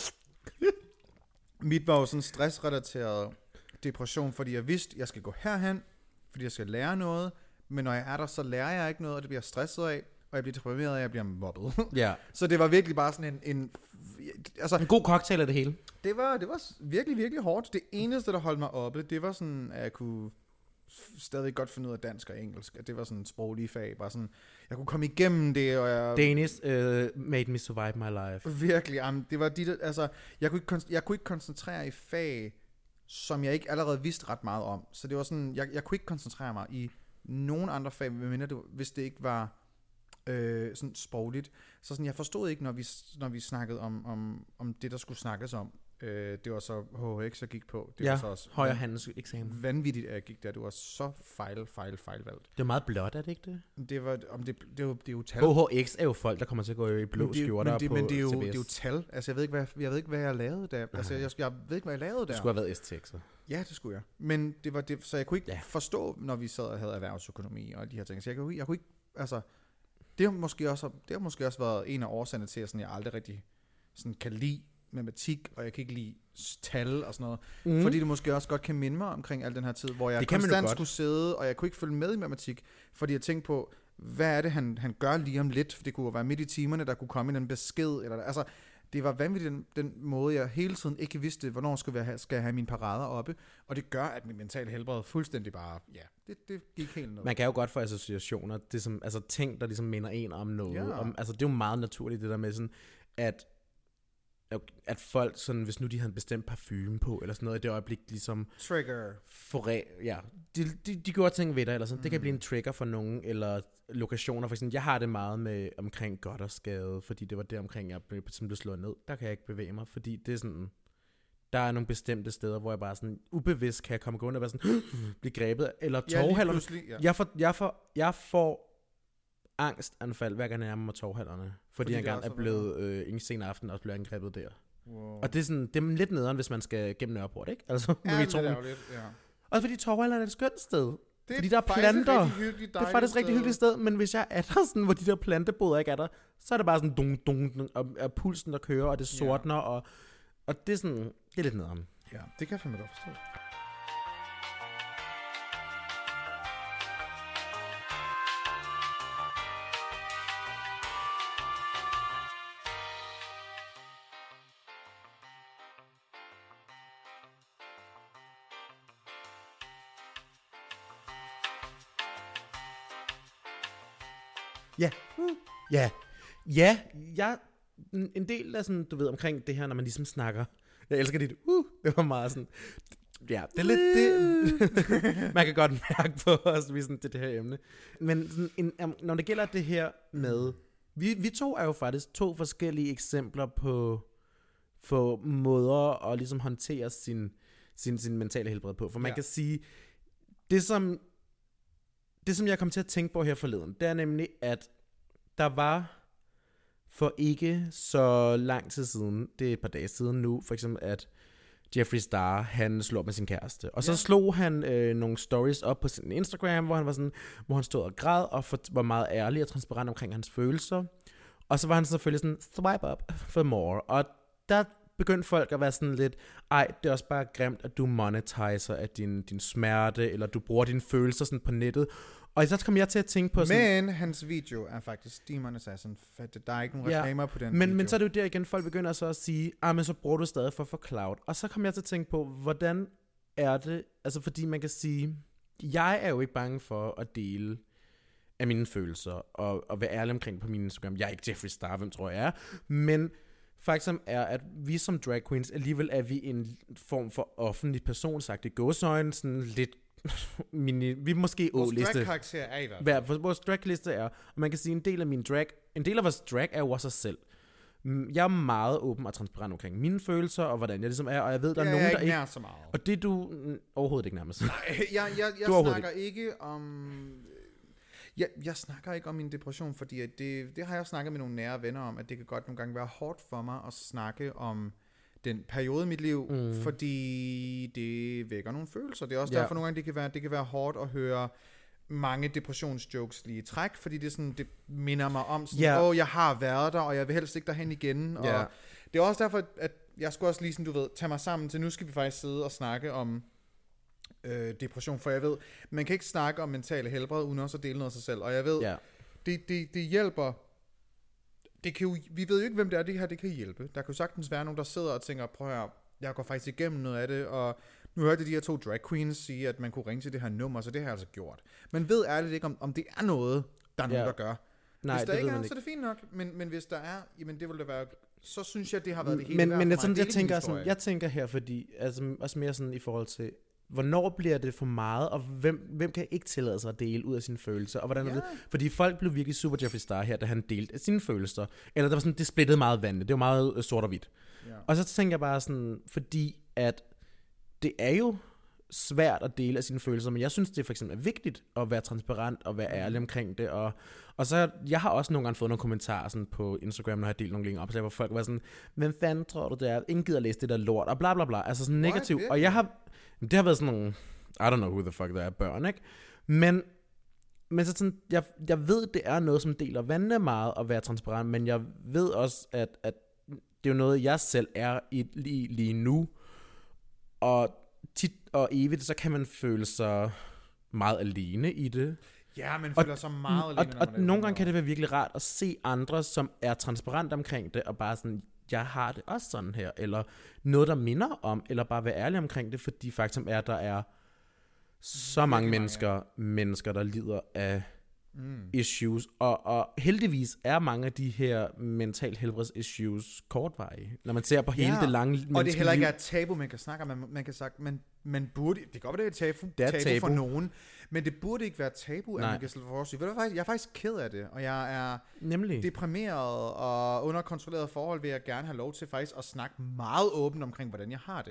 Mit var jo sådan stressrelateret depression, fordi jeg vidste, jeg skal gå herhen, fordi jeg skal lære noget, men når jeg er der, så lærer jeg ikke noget, og det bliver jeg stresset af, og jeg bliver deprimeret, og jeg bliver mobbet. Ja. Så det var virkelig bare sådan en god cocktail af det hele. Det var virkelig, virkelig hårdt. Det eneste, der holdt mig oppe, det var sådan, at jeg kunne stadig godt finde ud af dansk og engelsk. At det var sådan en sproglige fag. Bare sådan, jeg kunne komme igennem det, og jeg... Danish made me survive my life. Virkelig, det var altså, jeg kunne ikke koncentrere i fag, som jeg ikke allerede vidste ret meget om. Så det var sådan, jeg kunne ikke koncentrere mig i nogen andre fag, hvis det ikke var sådan sprogligt. Så sådan, jeg forstod ikke, når vi snakkede om det, der skulle snakkes om. Det var så HHX, jeg gik på. Det var så også højere handelseksamen. Vanvittigt, at jeg gik der. Det var så fejlvalgt. Det er meget blåt, er det ikke det? Det er jo tal. HHX er jo folk, der kommer til at gå i blå skjorter på men det er jo tal. Altså, jeg ved ikke, hvad jeg lavede der. Altså, jeg ved ikke, hvad jeg lavede der. Det skulle have været STX, så. Ja, det skulle jeg. Men det var det, så jeg kunne ikke forstå, når vi sad og havde erhvervsøkonomi og de her ting. Så jeg kunne ikke, altså, det har måske også været en af årsagerne til, at sådan, jeg aldrig rigtig sådan, kan lide matematik, og jeg kan ikke lide tal og sådan noget. Fordi det måske også godt kan minde mig omkring al den her tid, hvor jeg konstant skulle sidde, og jeg kunne ikke følge med i matematik, fordi jeg tænkte på, hvad er det, han gør lige om lidt? For det kunne jo være midt i timerne, der kunne komme en besked. Eller, altså, det var vanvittigt den måde, jeg hele tiden ikke vidste, hvornår skal jeg have mine parader oppe. Og det gør, at min mentale helbred fuldstændig bare, det gik helt ned. Man kan jo godt få associationer, det som, altså ting, der ligesom minder en om noget. Ja. Altså det er jo meget naturligt, det der med sådan, at folk sådan, hvis nu de havde en bestemt parfume på, eller sådan noget, i det øjeblik ligesom... Trigger. De gjorde ting ved dig, eller sådan. Det kan blive en trigger for nogen, eller lokationer. For eksempel, jeg har det meget med omkring Gothersgade, fordi det var der omkring, jeg blev slået ned. Der kan jeg ikke bevæge mig, fordi det er sådan... Der er nogle bestemte steder, hvor jeg bare sådan ubevidst kan jeg komme gående og være sådan, blive grebet, eller torvhallerne. Jeg får angstanfald, hver gang jeg nærmer mig torvhallerne. Fordi jeg engang er blevet en sen aften og blev angrebet der. Wow. Og det er sådan, det er lidt nederen, hvis man skal gennem Nørreport, ikke? Altså, ja, lidt ærgerligt, ja. Og fordi torvhallerne er et skønt sted. Fordi der er planter. Det er faktisk et rigtig hyggeligt sted, men hvis jeg er der sådan, hvor de der planteboder ikke er der, så er det bare sådan dung, og pulsen der kører, og det sortner, og det er sådan, det er lidt nederen. Ja, det kan jeg fandme godt forstå. Ja, en del af sådan, du ved, omkring det her, når man ligesom snakker. Jeg elsker dit, det var meget sådan, ja, det er lidt det, man kan godt mærke på os, vi sådan, det her emne. Men sådan, når det gælder det her med, vi to er jo faktisk to forskellige eksempler på måder at ligesom håndtere sin mentale helbred på. For man kan sige, det som jeg kom til at tænke på her forleden, det er nemlig, at der var for ikke så lang tid siden, det er et par dage siden nu, for eksempel at Jeffree Star, han slog op med sin kæreste. Og så slog han nogle stories op på sin Instagram, hvor han stod og græd og var meget ærlig og transparent omkring hans følelser. Og så var han selvfølgelig sådan, swipe up for more. Og der begyndte folk at være sådan lidt, det er også bare grimt, at du monetiser af din smerte, eller du bruger dine følelser sådan på nettet. Og så kom jeg til at tænke på sådan... Men hans video er faktisk demonetization. Der er ikke nogen reklamer på den video. Men så er det jo der igen, folk begynder så at sige, men så bruger du stadig for at få cloud. Og så kom jeg til at tænke på, hvordan er det... Altså fordi man kan sige, jeg er jo ikke bange for at dele af mine følelser, og være ærlig omkring på min Instagram. Jeg er ikke Jeffree Star, hvem tror jeg er. Men faktum er, at vi som drag queens, alligevel er vi en form for offentlig person, sagt i gåseøjne, sådan lidt vi er måske O-liste. Vores drag-karakter er i hvert fald. Vores drag-liste er, og man kan sige, en del af vores drag er jo også os selv. Jeg er meget åben og transparent omkring mine følelser, og hvordan jeg ligesom er, og jeg ved, der er nogen, der ikke... så meget. Og det du overhovedet ikke nærmest. Nej, jeg snakker ikke om... Jeg snakker ikke om min depression, fordi at det har jeg snakket med nogle nære venner om, at det kan godt nogle gange være hårdt for mig at snakke om den periode i mit liv, fordi det vækker nogle følelser. Det er også derfor nogle gange, det kan være hårdt at høre mange depressionsjokes lige i træk, fordi det, sådan, det minder mig om, sådan, jeg har været der, og jeg vil helst ikke derhen igen. Og det er også derfor, at jeg skulle også lige sådan, tage mig sammen til, nu skal vi faktisk sidde og snakke om depression, for jeg ved, man kan ikke snakke om mentale helbred, uden også at dele noget af sig selv, og jeg ved, det hjælper. Det kan jo, vi ved jo ikke, hvem det er, det her det kan hjælpe. Der kan jo sagtens være nogen, der sidder og tænker, prøv at jeg går faktisk igennem noget af det, og nu hørte de her 2 drag queens sige, at man kunne ringe til det her nummer, så det har jeg altså gjort. Man ved ærligt ikke, om det er noget, der er nogen, der gør. Nej, hvis der ikke er, så er det fint nok, men hvis der er, jamen det vil det være, så synes jeg, det har været det hele værd. Men det er sådan, jeg tænker her, fordi, altså også mere sådan i forhold til, hvornår bliver det for meget, og hvem kan ikke tillade sig at dele ud af sine følelser, og hvordan er det? Fordi folk blev virkelig super Jeffree Star her, da han delte sine følelser, eller der var sådan, det splittede meget vandet, det var meget sort og hvidt. Og så tænker jeg bare sådan, fordi at det er jo svært at dele af sine følelser, men jeg synes, det for eksempel er vigtigt at være transparent og være ærlig omkring det, og så, jeg har også nogle gange fået nogle kommentarer sådan på Instagram, når jeg har delt nogle linker op, hvor folk var sådan, hvem fanden tror du det er? Ingen gider læse det der lort, og bla bla bla, altså sådan negativt, og det har været sådan nogle, I don't know who the fuck der er børn, ikke? Men så sådan, jeg ved, det er noget, som deler vandene meget at være transparent, men jeg ved også, at det er jo noget, jeg selv er i lige nu, og tit og evigt, så kan man føle sig meget alene i det. Ja, man føler sig meget alene. Og nogle gange kan det være virkelig rart at se andre, som er transparent omkring det, og bare sådan, jeg har det også sådan her, eller noget, der minder om, eller bare være ærlig omkring det, fordi faktum er, at der er så mange mennesker, der lider af issues, og heldigvis er mange af de her mental helbreds issues kortvarige, når man ser på hele det lange og det heller ikke er et tabu, man kan snakke om, man kan sagt, man burde, det kan godt være, det er et tabu for nogen, men det burde ikke være tabu, at man kan for sig. Jeg er faktisk ked af det, og jeg er deprimeret og under kontrolleret forhold, vil jeg gerne have lov til faktisk at snakke meget åbent omkring, hvordan jeg har det.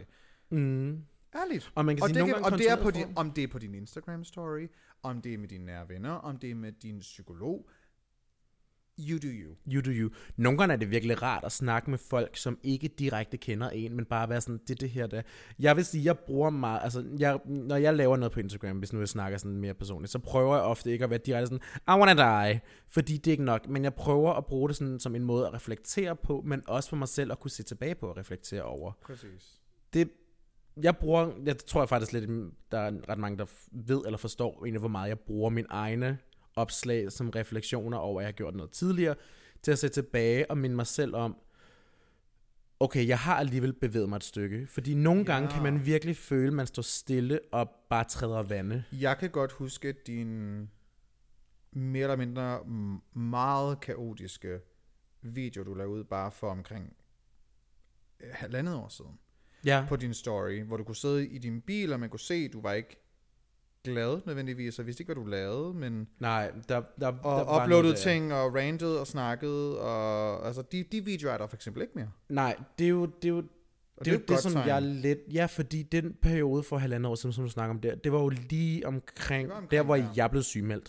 Ærligt. Og man kan sige, om det er på din Instagram story, om det er med dine nære venner, om det er med din psykolog. You do you. You do you. Nogle gange er det virkelig rart at snakke med folk, som ikke direkte kender en, men bare være sådan, det her der. Jeg vil sige, jeg bruger meget, altså, når jeg laver noget på Instagram, hvis nu jeg snakker sådan mere personligt, så prøver jeg ofte ikke at være direkte sådan, I wanna die, fordi det er ikke nok, men jeg prøver at bruge det sådan, som en måde at reflektere på, men også for mig selv at kunne se tilbage på og reflektere over. Præcis. Jeg tror faktisk lidt, der er ret mange, der ved eller forstår egentlig, hvor meget jeg bruger mine egne opslag som refleksioner over, at jeg har gjort noget tidligere, til at se tilbage og minde mig selv om, okay, jeg har alligevel bevæget mig et stykke. Fordi nogle gange kan man virkelig føle, at man står stille og bare træder vande. Jeg kan godt huske din mere eller mindre meget kaotiske video, du lavede ud bare for omkring 1,5 år siden. På din story, hvor du kunne sidde i din bil, og man kunne se, du var ikke glad nødvendigvis, og vidste ikke, hvad du lavede, men... Nej, og uploadede ting, og rantede og snakkede, og altså, de videoer er der for eksempel ikke mere. Nej, det er jo det, som jeg lidt... Ja, fordi den periode for 1,5 år siden, som du snakker om der, det var jo lige omkring der, hvor jeg blev sygemeldt.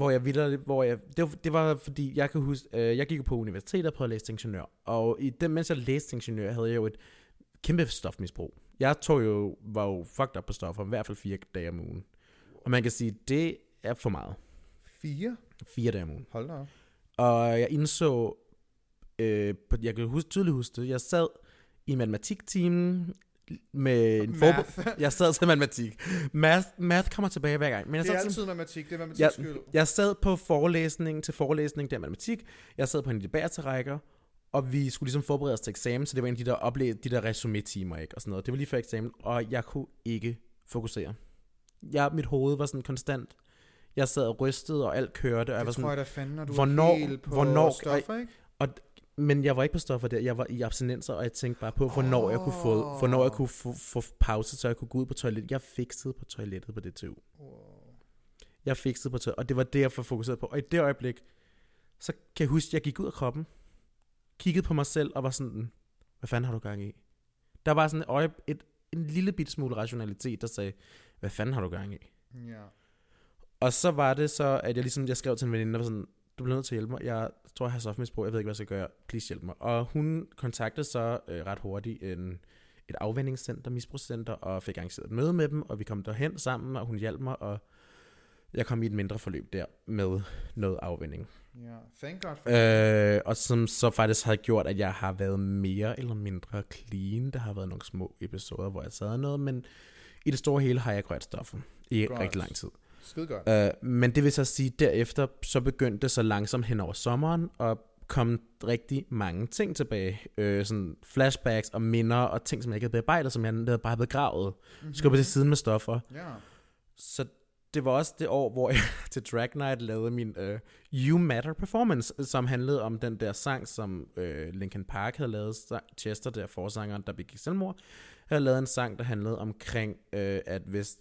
Det var fordi, jeg kan huske, jeg gik på universitetet og prøvede at læse ingeniør, og mens jeg læste ingeniør, havde jeg jo et kæmpe stofmisbrug. Jeg var jo fucked up på stoffer, i hvert fald 4 dage om ugen. Og man kan sige, det er for meget. 4? 4 dage om ugen. Hold da op. Og jeg indså, jeg kan tydeligt huske det, jeg sad i matematiktimen med en jeg sad til matematik. Math kommer tilbage hver gang. Men det er altid matematik, det er matematiks skyld. Jeg sad på forelæsning der matematik. Jeg sad på en af de bagerste rækker, og vi skulle ligesom forberede os til eksamen, så det var en af de der resumé-timer, ikke? Og sådan noget. Det var lige før eksamen, og jeg kunne ikke fokusere. Mit hoved var sådan konstant. Jeg sad og rystede, og alt kørte, og jeg var sådan, tror jeg da fanden, når du er helt på stoffer, ikke? Men jeg var ikke på stoffer der, jeg var i abstinenser, og jeg tænkte bare på, hvornår jeg kunne få pause, så jeg kunne gå ud på toilettet. Jeg fikset på toilettet på det TU. Jeg fikset på toilettet, og det var det, jeg fokuserede på. Og i det øjeblik, så kan jeg huske, at jeg gik ud af kroppen, kiggede på mig selv, og var sådan, hvad fanden har du gang i? Der var sådan en lille bitte smule rationalitet, der sagde, hvad fanden har du gang i? Ja. Og så var det så, at jeg skrev til en veninde, der var sådan, du bliver nødt til at hjælpe mig. Jeg tror, jeg har stofmisbrug. Jeg ved ikke, hvad jeg skal gøre. Please hjælp mig. Og hun kontaktede så ret hurtigt et afvændingscenter, misbrugscenter, og fik arrangeret et møde med dem, og vi kom derhen sammen, og hun hjalp mig, og jeg kom i et mindre forløb der med noget afvænning. Ja, thank God for og som så faktisk har gjort, at jeg har været mere eller mindre clean. Der har været nogle små episoder, hvor jeg sad noget, men i det store hele har jeg ikke rørt stoffer i rigtig lang tid. Skide godt. Men det vil så sige, derefter så begyndte det så langsomt hen over sommeren, og kom rigtig mange ting tilbage. Sådan flashbacks og minder, og ting, som jeg ikke havde bearbejdet, som jeg havde bare begravet. Skubbet til siden med stoffer. Ja. Så det var også det år, hvor jeg til Drag Night lavede min You Matter performance, som handlede om den der sang, som Linkin Park havde lavet. Chester, der forsangeren, der begik selvmord, havde lavet en sang, der handlede omkring, at hvis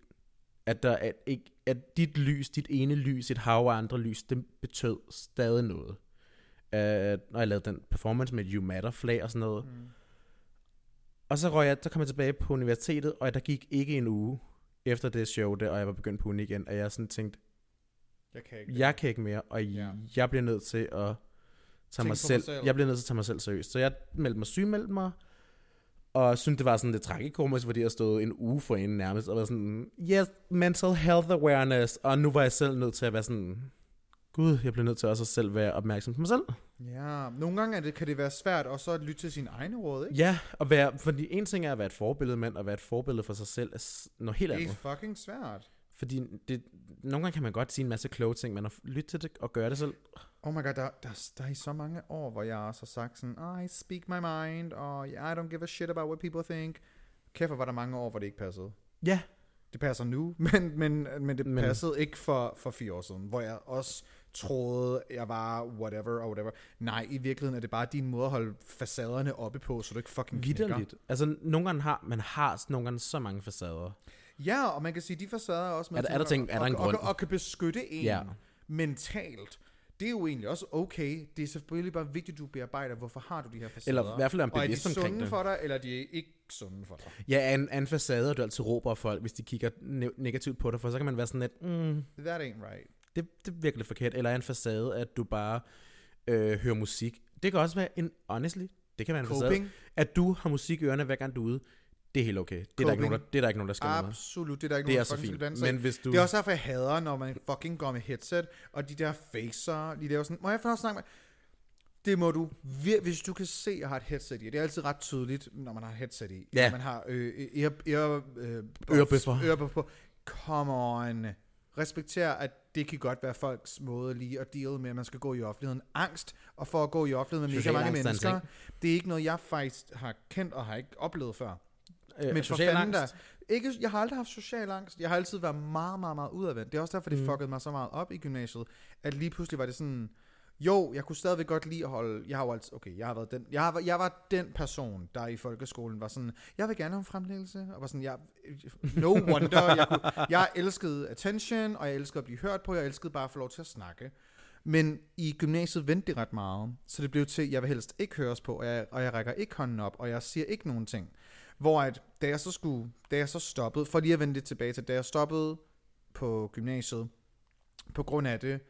at dit lys, dit ene lys, et hav af andre lys, det betød stadig noget. Når jeg lavede den performance med You Matter flag og sådan noget. Og så kom jeg tilbage på universitetet, og der gik ikke en uge efter det show der, og jeg var begyndt på uni igen, og jeg sådan tænkte, jeg kan ikke mere, og jeg bliver nødt til at tage mig selv seriøst. Så jeg meldte mig sygemeldt mig, og synes det var sådan lidt tragikomisk, fordi jeg stod en uge forinden nærmest, og var sådan, yes, mental health awareness, og nu var jeg selv nødt til at være sådan, gud, jeg bliver nødt til også at selv være opmærksom på mig selv. Ja, nogle gange kan det være svært også at lytte til sine egne råd, ikke? Ja, fordi en ting er at være et forbillede, men at være et forbillede for sig selv er noget helt andet. Det er fucking svært. Fordi nogle gange kan man godt sige en masse kloge ting, men at lytte til det og gøre det selv. Oh my god, der er så mange år, hvor jeg også har sagt sådan, I speak my mind, og I don't give a shit about what people think. Kæft, var der mange år, hvor det ikke passede. Ja. Det passer nu, men det passede ikke for 4 år siden, hvor jeg også troede, jeg var whatever. Nej, i virkeligheden er det bare din måde at holde facaderne oppe på, så du ikke fucking knækker. Vitterligt. Altså, nogle gange har nogle gange så mange facader. Ja, og man kan sige, de facader er også med er der en grund? Og kan beskytte en mentalt. Det er jo egentlig også okay. Det er selvfølgelig bare vigtigt, at du bearbejder, hvorfor har du de her facader. Eller i hvert fald bevidst omkring det. Og er de sunde for dig, eller er de ikke sunde for dig? Ja, en facade, du altid råber folk, hvis de kigger negativt på dig, for så kan man være sådan lidt, that ain't right. Det er virkelig forkert. Eller en facade, at du bare hører musik. Det kan også være honestly, det kan være en facade, at du har musik i ørerne, hver gang du er ude. Det er helt okay. Det er der ikke nogen, der skal med. Absolut, det er der ikke nogen, der fucking skal men hvis du... Det er også derfor, jeg hader, når man fucking går med headset, og de der facer, de der sådan, må jeg få snakke med? Det må du, hvis du kan se, at jeg har et headset i. Det er altid ret tydeligt, når man har et headset i. Ja. Når man har ørebøffer. Come on. Respekter, at det kan godt være folks måde lige at deal med, at man skal gå i offentligheden. Angst, og for at gå i offentligheden med mega mange mennesker, det er ikke noget, jeg faktisk har kendt og har ikke oplevet før. Men social angst? Jeg har aldrig haft social angst. Jeg har altid været meget, meget, meget udadvendt. Det er også derfor, det fuckede mig så meget op i gymnasiet, at lige pludselig var det sådan, jo, jeg kunne stadigvæk godt lide at holde, jeg var den person, der i folkeskolen var sådan, jeg vil gerne have en fremlæggelse, og var sådan, no wonder, jeg elskede attention, og jeg elskede at blive hørt på, jeg elskede bare at få lov til at snakke. Men i gymnasiet vendte det ret meget, så det blev til, jeg vil helst ikke høres på, og jeg rækker ikke hånden op, og jeg siger ikke nogen ting. Hvor at, da jeg så stoppede, for lige at vende det tilbage til, da jeg stoppede på gymnasiet, på grund af det,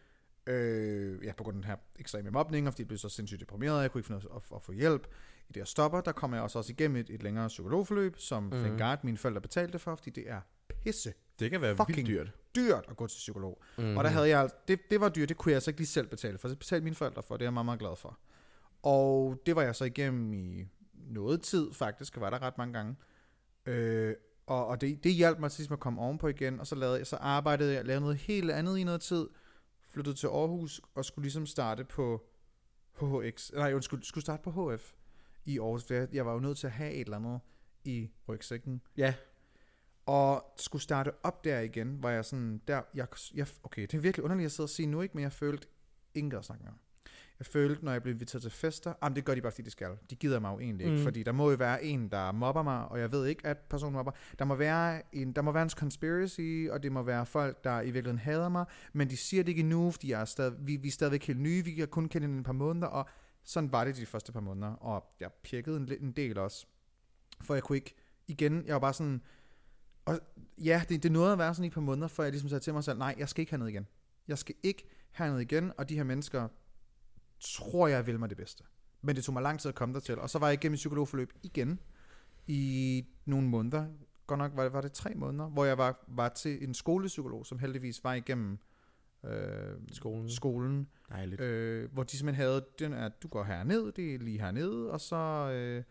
på grund af den her ekstreme mobning, og fordi jeg blev så sindssygt deprimeret, jeg kunne ikke finde at få hjælp. I det jeg stopper, der kommer jeg også igennem et længere psykologforløb, som thank God mine forældre betalte for, fordi det er pisse. Det kan være vildt dyrt at gå til psykolog. Og der havde jeg, det var dyrt, det kunne jeg så ikke lige selv betale for, så betalte mine forældre for, det er jeg meget, meget glad for. Og det var jeg så igennem i noget tid, faktisk, var der ret mange gange. Og det hjalp mig til at komme ovenpå igen, og så arbejdede jeg, lavede noget helt andet i noget tid, flyttede til Aarhus, og skulle ligesom starte på skulle starte på HF i Aarhus. Jeg var jo nødt til at have et eller andet i rygsækken. Ja. Og skulle starte op der igen, var jeg sådan, okay, det er virkelig underligt at sidde og sige nu, ikke, men jeg følte ingen gad at snakke med mig. Jeg følte, når jeg blev inviteret til fester, det gør de bare, fordi de skal. De gider mig jo egentlig ikke, fordi der må jo være en, der mobber mig, og jeg ved ikke, at personen mobber. Der må være en conspiracy, og det må være folk, der i virkeligheden hader mig, men de siger det ikke endnu, fordi vi er stadigvæk helt nye, vi kan kun kende en par måneder, og sådan var det de første par måneder, og jeg pjekkede en del også, for jeg kunne ikke, igen, jeg var bare sådan, Og ja, det nåede at være sådan i et par måneder, før jeg ligesom sagde til mig selv, nej, jeg skal ikke herned igen. Jeg skal ikke herned igen, og de her mennesker tror jeg vil mig det bedste. Men det tog mig lang tid at komme dertil, og så var jeg igennem et psykologforløb igen i nogle måneder. Godt nok var det 3 måneder, hvor jeg var til en skolepsykolog, som heldigvis var igennem skolen. Hvor de simpelthen havde den, at du går herned, det er lige hernede, og så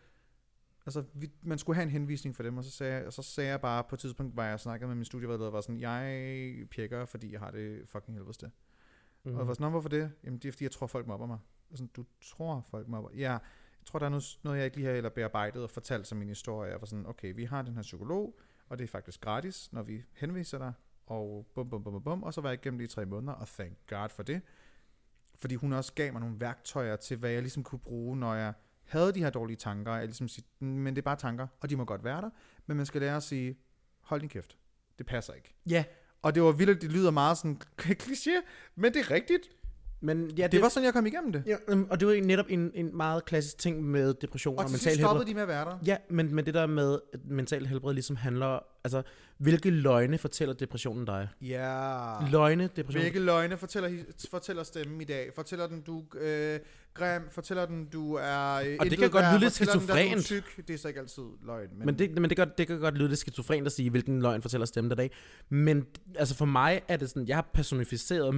man skulle have en henvisning for dem, og så sagde jeg bare på et tidspunkt, hvor jeg snakkede med min studievejleder, var sådan, jeg pjekker, fordi jeg har det fucking helvedes det. Og jeg var sådan, hvorfor det? Jamen det er fordi, jeg tror, folk mobber mig. Og sådan, du tror, folk mobber? Ja, jeg tror, der er noget, jeg ikke lige har eller bearbejdet og fortalt som min historie. Jeg var sådan, okay, vi har den her psykolog, og det er faktisk gratis, når vi henviser dig, og bum, og så var jeg igennem det i 3 måneder, og thank God for det. Fordi hun også gav mig nogle værktøjer til, hvad jeg ligesom kunne bruge, når jeg havde de her dårlige tanker. Jeg ligesom sige, men det er bare tanker, og de må godt være der, men man skal lære at sige, hold din kæft, det passer ikke. Ja. Og det var vildt, det lyder meget sådan kliché, men det er rigtigt. Men ja, det var sådan, jeg kom igennem det. Ja, og det var netop en meget klassisk ting med depression og mental helbred. Og stoppede de med at være der. Ja, men det der med mental helbred ligesom handler, altså, hvilke løgne fortæller depressionen dig? Ja. Hvilke løgne fortæller stemmen i dag? Fortæller den, du grim? Fortæller den, du er og det kan godt lyde lidt skizofrent. Det er så ikke altid løgn. Men det kan godt lyde lidt skizofrent at sige, hvilken løgn fortæller stemmen i dag. Men altså for mig er det sådan, jeg har personificeret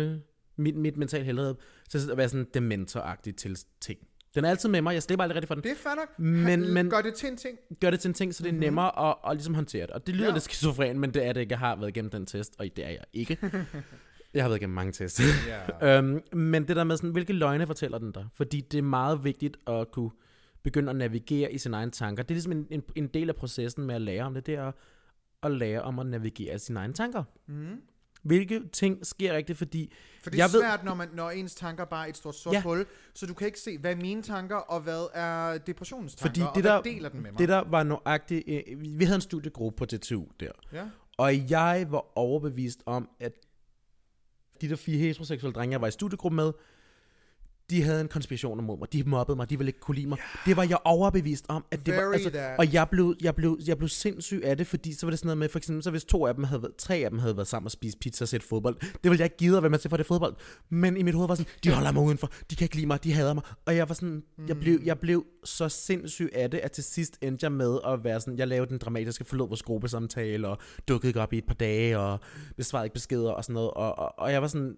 mit mental helbred til at være sådan dementoragtig til ting. Den er altid med mig, jeg slipper aldrig rigtig for den. Det er fair nok. Men gør det til en ting. Gør det til en ting, så det er nemmere at ligesom håndtere det. Og det lyder lidt skizofren, men det er det ikke. Jeg har været igennem den test, og det er jeg ikke. Jeg har været igennem mange tests. Men det der med sådan, hvilke løgne fortæller den der? Fordi det er meget vigtigt at kunne begynde at navigere i sine egne tanker. Det er ligesom en del af processen med at lære om det. Det er at lære om at navigere i sine egne tanker. Hvilke ting sker rigtigt, fordi det er svært, når ens tanker bare er et stort sort hul, så du kan ikke se, hvad er mine tanker, og hvad er depressionens tanker, og hvad deler den med mig. Det der var nøjagtigt, vi havde en studiegruppe på DTU der, og jeg var overbevist om, at de der 4 heteroseksuelle drenge, jeg var i studiegruppe med, de havde en konspiration mod mig. De mobbede mig. De ville ikke kunne lide mig. Det var jeg overbevist om, at det var, altså, og jeg blev sindssyg af det, fordi så var det sådan noget med, for eksempel, så hvis 3 af dem havde været sammen og spist pizza og set fodbold, det ville jeg ikke gide at være med til, for det fodbold. Men i mit hoved var sådan, de holder mig udenfor, de kan ikke lide mig, de hader mig. Og jeg var sådan, jeg blev så sindssyg af det, at til sidst endte jeg med at være sådan, jeg lavede den dramatiske forlod vores gruppesamtale, og dukkede ikke op i et par dage, og besvarede ikke beskeder og sådan noget. Og jeg var sådan,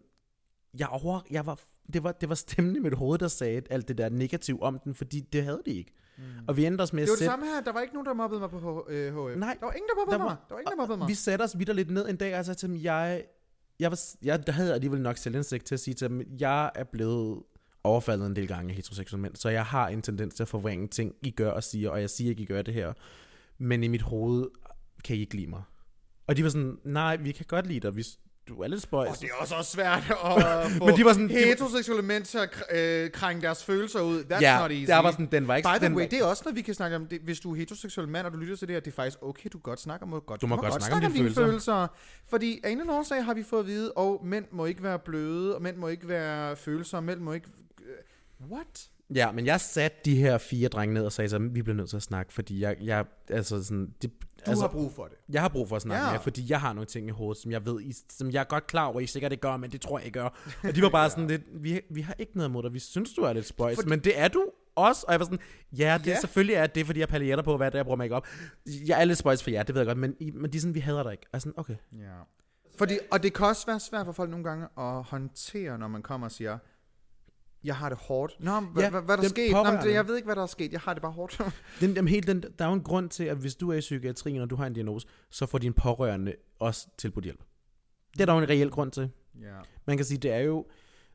det var stemmen i mit hoved, der sagde alt det der negativ om den, fordi det havde de ikke. Og vi endte os med det var det samme her. Der var ikke nogen, der mobbede mig på HF. Nej, der var ingen, der mobbede mig. Vi satte os vidt lidt ned en dag, og jeg sagde til dem, der havde jeg alligevel nok selvindsigt til at sige til dem, jeg er blevet overfaldet en del gange af heteroseksuelle mænd, så jeg har en tendens til at forvrænge ting, I gør og siger, og jeg siger ikke, I gør det her. Men i mit hoved kan I ikke lide mig. Og de var sådan, nej, vi kan godt lide dig, du er lidt spøjs. Det er også svært at få men de var sådan, heteroseksuelle mænd til at krænge deres følelser ud. That's not easy. Der var sådan, den var ikke... By the way, det er også noget, vi kan snakke om. Hvis du er heteroseksuel mand, og du lytter til det her, det er faktisk okay, du godt snakke om, du må godt snakke om dine følelser. Fordi af en eller anden årsag har vi fået at vide, mænd må ikke være bløde, og mænd må ikke være følsomme, mænd må ikke... What? Ja, men jeg satte de her 4 drenge ned og sagde, at vi bliver nødt til at snakke, fordi jeg altså sådan... Du har brug for det. Jeg har brug for at snakke med jer, fordi jeg har nogle ting i hovedet, som jeg ved, som jeg er godt klar over, I sikkert ikke gør, men det tror jeg ikke gør. Og de var bare sådan lidt, vi har ikke noget mod dig, vi synes, du er lidt spøjs, men det er du også. Og jeg var sådan, selvfølgelig er det, fordi jeg paljetter på, hvad det er, jeg bruger make-up. Jeg er lidt spøjs for jer, det ved jeg godt, men de er sådan, vi hader dig ikke. Og sådan, okay. Ja. Og det kan også være svært for folk nogle gange at håndtere, når man kommer og siger, jeg har det hårdt. Nå, hvad der sket? Jeg ved ikke, hvad der er sket. Jeg har det bare hårdt. Der er jo en grund til, at hvis du er i psykiatrien, og du har en diagnose, så får dine pårørende også tilbudt hjælp. Det er der jo en reel grund til. Yeah. Man kan sige, det er jo...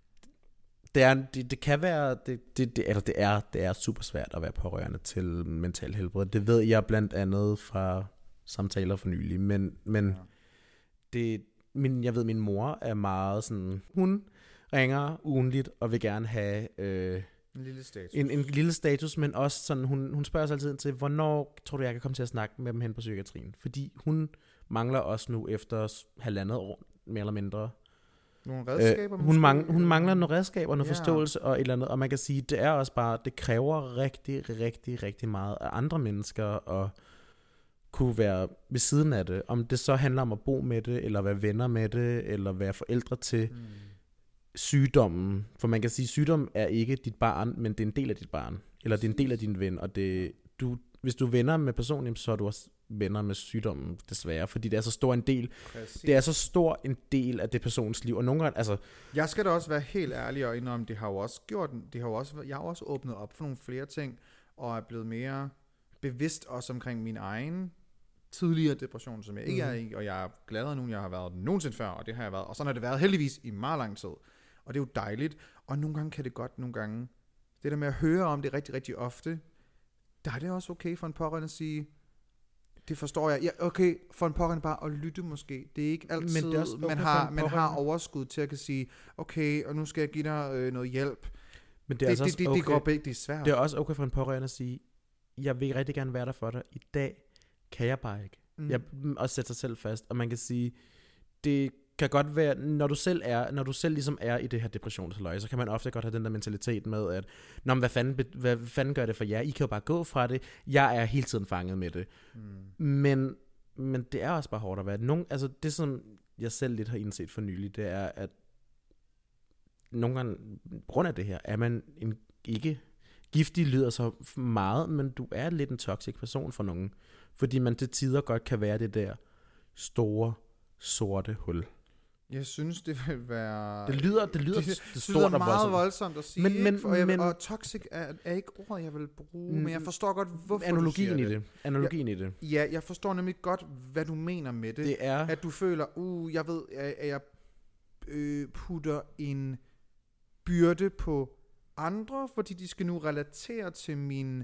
Det kan være... Det er super svært at være pårørende til mental helbred. Det ved jeg blandt andet fra samtaler for nylig. Men jeg ved, min mor er meget sådan... Hun ringer ugenligt og vil gerne have en lille status, men også sådan, hun spørger sig altid til, hvornår tror du, jeg kan komme til at snakke med dem hen på psykiatrien? Fordi hun mangler også nu efter 1,5 år, mere eller mindre. Nogle redskaber? Hun mangler nogle redskaber, noget forståelse og et eller andet, og man kan sige, det er også bare, det kræver rigtig, rigtig, rigtig meget af andre mennesker at kunne være ved siden af det. Om det så handler om at bo med det, eller være venner med det, eller være forældre til sygdommen. For man kan sige, at sygdom er ikke dit barn, men det er en del af dit barn. Eller det er en del af din ven. Og hvis du er venner med personen, så er du også venner med sygdommen, desværre. Fordi det er så stor en del. Præcis. Det er så stor en del af det persons liv. Og nogle gange, altså... Jeg skal da også være helt ærlig og indrømme, det har jo også gjort... jeg har også åbnet op for nogle flere ting, og er blevet mere bevidst også omkring min egen tidligere depression, som jeg ikke er i, og jeg er gladere nu, end jeg har været nogensinde før, og det har jeg været. Og sådan har det været heldigvis i meget lang tid. Og det er jo dejligt. Og nogle gange kan det godt, det der med at høre om det rigtig, rigtig ofte, der er det også okay for en pårørende at sige, det forstår jeg. Ja, okay, for en pårørende bare at lytte måske. Det er ikke altid, men det er også okay, man har overskud til at kan sige, okay, og nu skal jeg give dig noget hjælp. Men det er det går begge, det er svært. Det er også okay for en pårørende at sige, jeg vil rigtig gerne være der for dig. I dag kan jeg bare ikke. Jeg også sætter sig selv fast. Og man kan sige, det kan godt være, når du selv ligesom er i det her depressionsløje, så kan man ofte godt have den der mentalitet med, at hvad fanden gør det for jer? I kan jo bare gå fra det. Jeg er hele tiden fanget med det. Men det er også bare hårdt at være. Altså det, som jeg selv lidt har indset for nylig, det er, at nogle gange, på grund af det her, er man ikke giftig, lyder så meget, men du er lidt en toxic person for nogen. Fordi man til tider godt kan være det der store, sorte hul. Jeg synes, det vil være... Det lyder stort og meget voldsomt at sige, og toxic er ikke ordet, jeg vil bruge, men jeg forstår godt, hvorfor analogien du siger det. Analogien i det. Ja, jeg forstår nemlig godt, hvad du mener med det. Det er... At du føler, jeg ved, at jeg putter en byrde på andre, fordi de skal nu relatere til min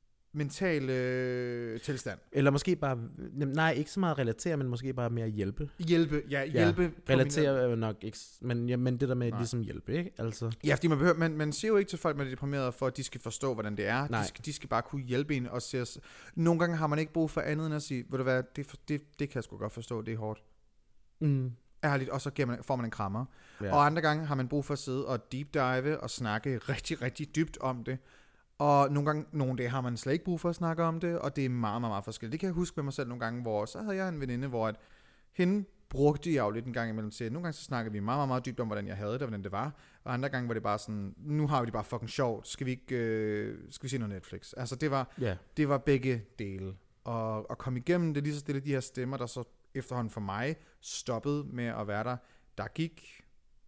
mentale tilstand. Eller måske bare, nej, ikke så meget relatere, men måske bare mere hjælpe. Hjælpe. Relatere nok ikke, men det der med ligesom hjælpe, ikke? Altså. Ja, fordi man siger jo ikke til folk, man er deprimeret, for at de skal forstå, hvordan det er. De skal bare kunne hjælpe en og se os. Nogle gange har man ikke brug for andet end at sige, ved du hvad, det kan jeg sgu godt forstå, det er hårdt. Ærligt, og så får man en krammer. Ja. Og andre gange har man brug for at sidde og deep dive og snakke rigtig, rigtig dybt om det. Og nogle dage har man slet ikke brug for at snakke om det, og det er meget, meget, meget forskelligt. Det kan jeg huske med mig selv nogle gange, hvor så havde jeg en veninde, hvor hende brugte jeg jo lidt en gang imellem til. Nogle gange så snakkede vi meget, meget, meget dybt om, hvordan jeg havde det, og hvordan det var. Og andre gange var det bare sådan, nu har vi det bare fucking sjovt. Skal vi se noget Netflix? Altså det var begge dele. Og komme igennem det lige så stille, de her stemmer, der så efterhånden for mig stoppede med at være der. Der gik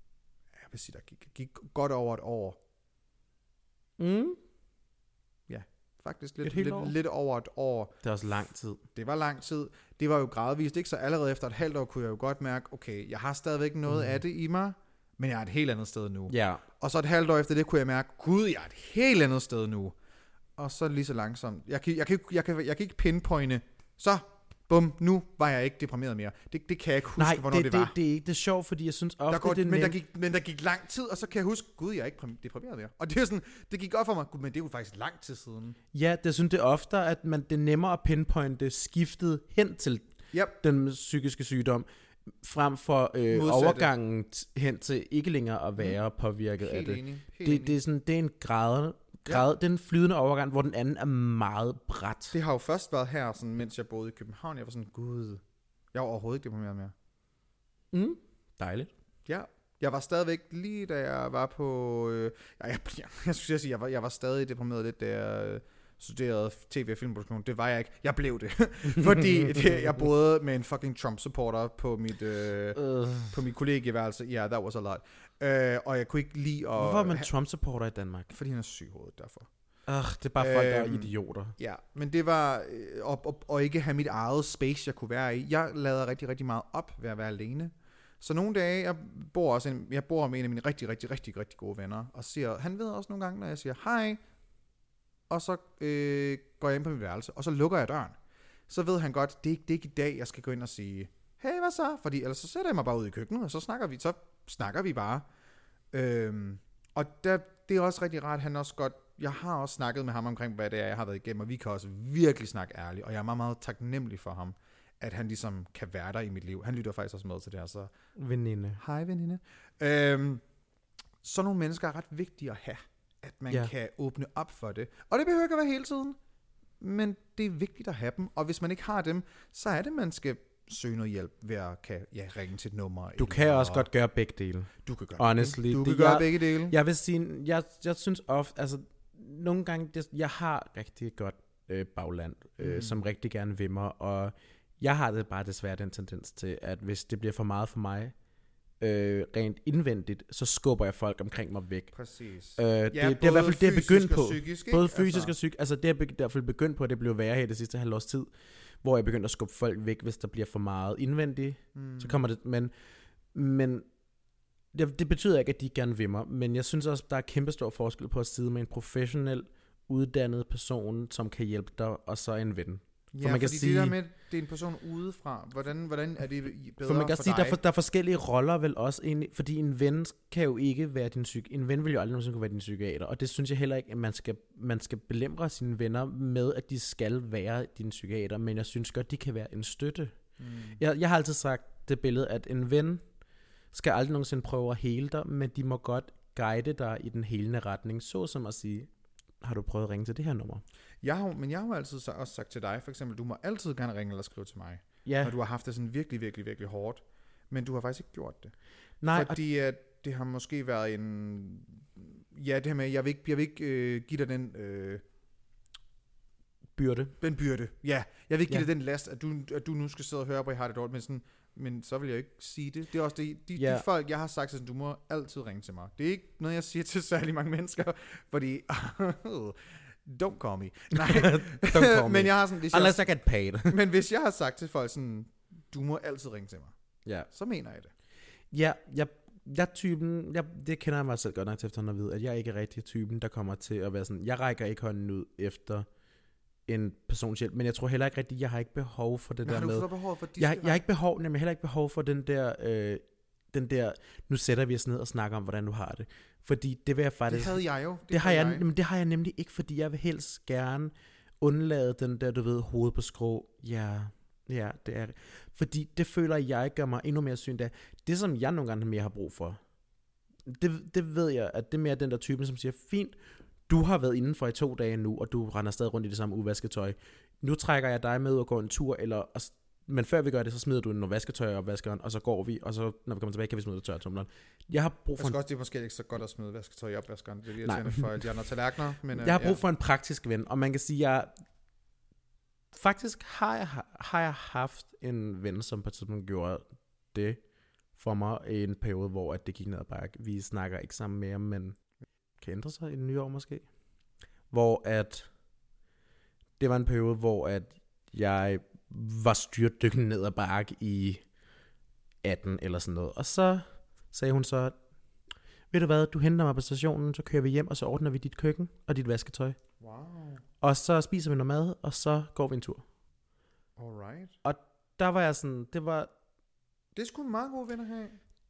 godt over et år. Ja, faktisk lidt over et år. Det er også lang tid. Det var lang tid. Det var jo gradvist, ikke? Så allerede efter et halvt år kunne jeg jo godt mærke, okay, jeg har stadigvæk noget af det i mig, men jeg er et helt andet sted nu. Ja. Og så et halvt år efter det kunne jeg mærke, gud, jeg er et helt andet sted nu. Og så lige så langsomt. Jeg kan ikke pinpointe, så bum, nu var jeg ikke deprimeret mere. Det kan jeg ikke huske, hvornår det var. Det er sjovt, fordi jeg synes ofte, men der gik lang tid, og så kan jeg huske, gud, jeg er ikke deprimeret mere. Og det er sådan, det gik op for mig, gud, men det er jo faktisk lang tid siden. Ja, det synes det ofte, at det er nemmere at pinpointe skiftet hen til den psykiske sygdom, frem for overgangen hen til ikke længere at være påvirket af det. Det er sådan, det er en grad, den flydende overgang, hvor den anden er meget brat. Det har jo først været her, sådan, mens jeg boede i København. Jeg var sådan, gud, jeg var overhovedet ikke deprimeret mere. Dejligt. Ja, jeg var stadigvæk lige da jeg var på... jeg var stadig deprimeret lidt, da jeg studerede tv- og filmproduktion. Det var jeg ikke. Jeg blev det. Fordi jeg boede med en fucking Trump-supporter på mit kollegieværelse. Ja, that was a lot. Og jeg kunne ikke lide at... Hvorfor er man Trump-supporter i Danmark? Fordi han er syg i hovedet, derfor. Det er bare folk, der er idioter. Ja, men det var... Og ikke have mit eget space, jeg kunne være i. Jeg lavede rigtig, rigtig meget op ved at være alene. Så nogle dage, jeg bor med en af mine rigtig, rigtig, rigtig, rigtig gode venner, og han ved også nogle gange, når jeg siger hej, og så går jeg ind på mit værelse, og så lukker jeg døren. Så ved han godt, det er ikke i dag, jeg skal gå ind og sige, hey, hvad så? Fordi ellers så sætter jeg mig bare ud i køkkenet, og så snakker vi bare. Og det er også rigtig rart, han også godt, jeg har også snakket med ham omkring, hvad det er, jeg har været igennem, og vi kan også virkelig snakke ærligt, og jeg er meget, meget taknemmelig for ham, at han ligesom kan være der i mit liv. Han lytter faktisk også med til det her, så... Veninde. Hej, veninde. Sådan nogle mennesker er ret vigtige at have, at man kan åbne op for det. Og det behøver ikke at være hele tiden. men det er vigtigt at have dem, og hvis man ikke har dem, så er det, man skal søge noget hjælp ved at ringe til et nummer. Du kan også godt gøre begge dele. Du kan gøre Honestly, du kan gøre begge dele. Jeg vil sige, jeg synes ofte, altså nogle gange, jeg har rigtig godt bagland, som rigtig gerne vil mig, og jeg har det bare desværre den tendens til, at hvis det bliver for meget for mig, rent indvendigt, så skubber jeg folk omkring mig væk. Præcis. Det er i hvert fald det, jeg begyndt på. Psykisk, både fysisk og psykisk. Altså det er i hvert fald begyndt på, at det blev værre her det sidste halvårs tid, hvor jeg begyndte at skubbe folk væk, hvis der bliver for meget indvendigt. Så kommer det, men det betyder ikke, at de gerne vil mig, men jeg synes også, der er kæmpe stor forskel på at sidde med en professionel, uddannet person, som kan hjælpe dig, og så en ven. Ja, man kan fordi sige, det der med, det er en person udefra. Hvordan er det bedre for man kan for sige, dig? der er forskellige roller vel også, fordi en ven kan jo ikke være en ven vil jo aldrig nogensinde kunne være din psykiater, og det synes jeg heller ikke, at man skal belemre sine venner med, at de skal være din psykiater, men jeg synes godt, de kan være en støtte. Jeg har altid sagt det billede, at en ven skal aldrig nogensinde prøve at hele dig, men de må godt guide dig i den helende retning, så som at sige, har du prøvet at ringe til det her nummer? Jeg har jo altid også sagt til dig, for eksempel, du må altid gerne ringe eller skrive til mig, når du har haft det sådan virkelig, virkelig, virkelig hårdt, men du har faktisk ikke gjort det. Nej. Fordi det har måske været en, det her med, jeg vil ikke give dig den byrde. Den byrde, ja. Jeg vil ikke give dig den last, at du nu skal sidde og høre på, at I har det dårligt, men så vil jeg ikke sige det. Det er også de folk, jeg har sagt, at du må altid ringe til mig. Det er ikke noget, jeg siger til særlig mange mennesker, fordi don't call me. Nej. Don't call me. Men jeg har sådan, unless I get paid. Men hvis jeg har sagt til folk sådan, du må altid ringe til mig, så mener jeg det. Ja, jeg er typen, det kender jeg mig selv godt nok til efterhånden at vide, at jeg ikke er rigtig typen, der kommer til at være sådan, jeg rækker ikke hånden ud efter en persons hjælp, men jeg tror heller ikke rigtigt, jeg har ikke behov for det der med. Har du behov for jeg har ikke behov, nemlig heller ikke behov for den der, nu sætter vi os ned og snakker om, hvordan du har det. Fordi det vil jeg faktisk... Det havde jeg jo. Det har jeg nemlig ikke, fordi jeg vil helst gerne undlade den der, du ved, hoved på skrå. Ja, det er det. Fordi det føler jeg gør mig endnu mere synd af. Det, som jeg nogle gange mere har brug for, det ved jeg, at det er mere den der typen, som siger, fint, du har været indenfor i 2 dage nu, og du render stadig rundt i det samme uvasketøj. Nu trækker jeg dig med og går en tur, men før vi gør det, så smider du noget vasketøj op vaskeren, og så går vi, og så når vi kommer tilbage, kan vi smide tørretumleren. Jeg har brug for det er måske ikke så godt at smide vasketøj i opvaskeren. Det er lige irriterende for alle de andre tallerkener. Men, jeg har brug for en praktisk ven, og man kan sige, at faktisk har jeg haft en ven, som på et tidspunkt gjorde det for mig i en periode, hvor at det gik ned ad bakke. Vi snakker ikke sammen mere, men kan ændre sig i det nye år måske. Hvor at det var en periode, hvor at jeg var styrtdykkende ned ad bakke i 18 eller sådan noget. Og så sagde hun så, ved du hvad, du henter mig på stationen, så kører vi hjem, og så ordner vi dit køkken og dit vasketøj. Wow. Og så spiser vi noget mad, og så går vi en tur. Alright. Og der var jeg sådan, det er sgu en meget god ven at have.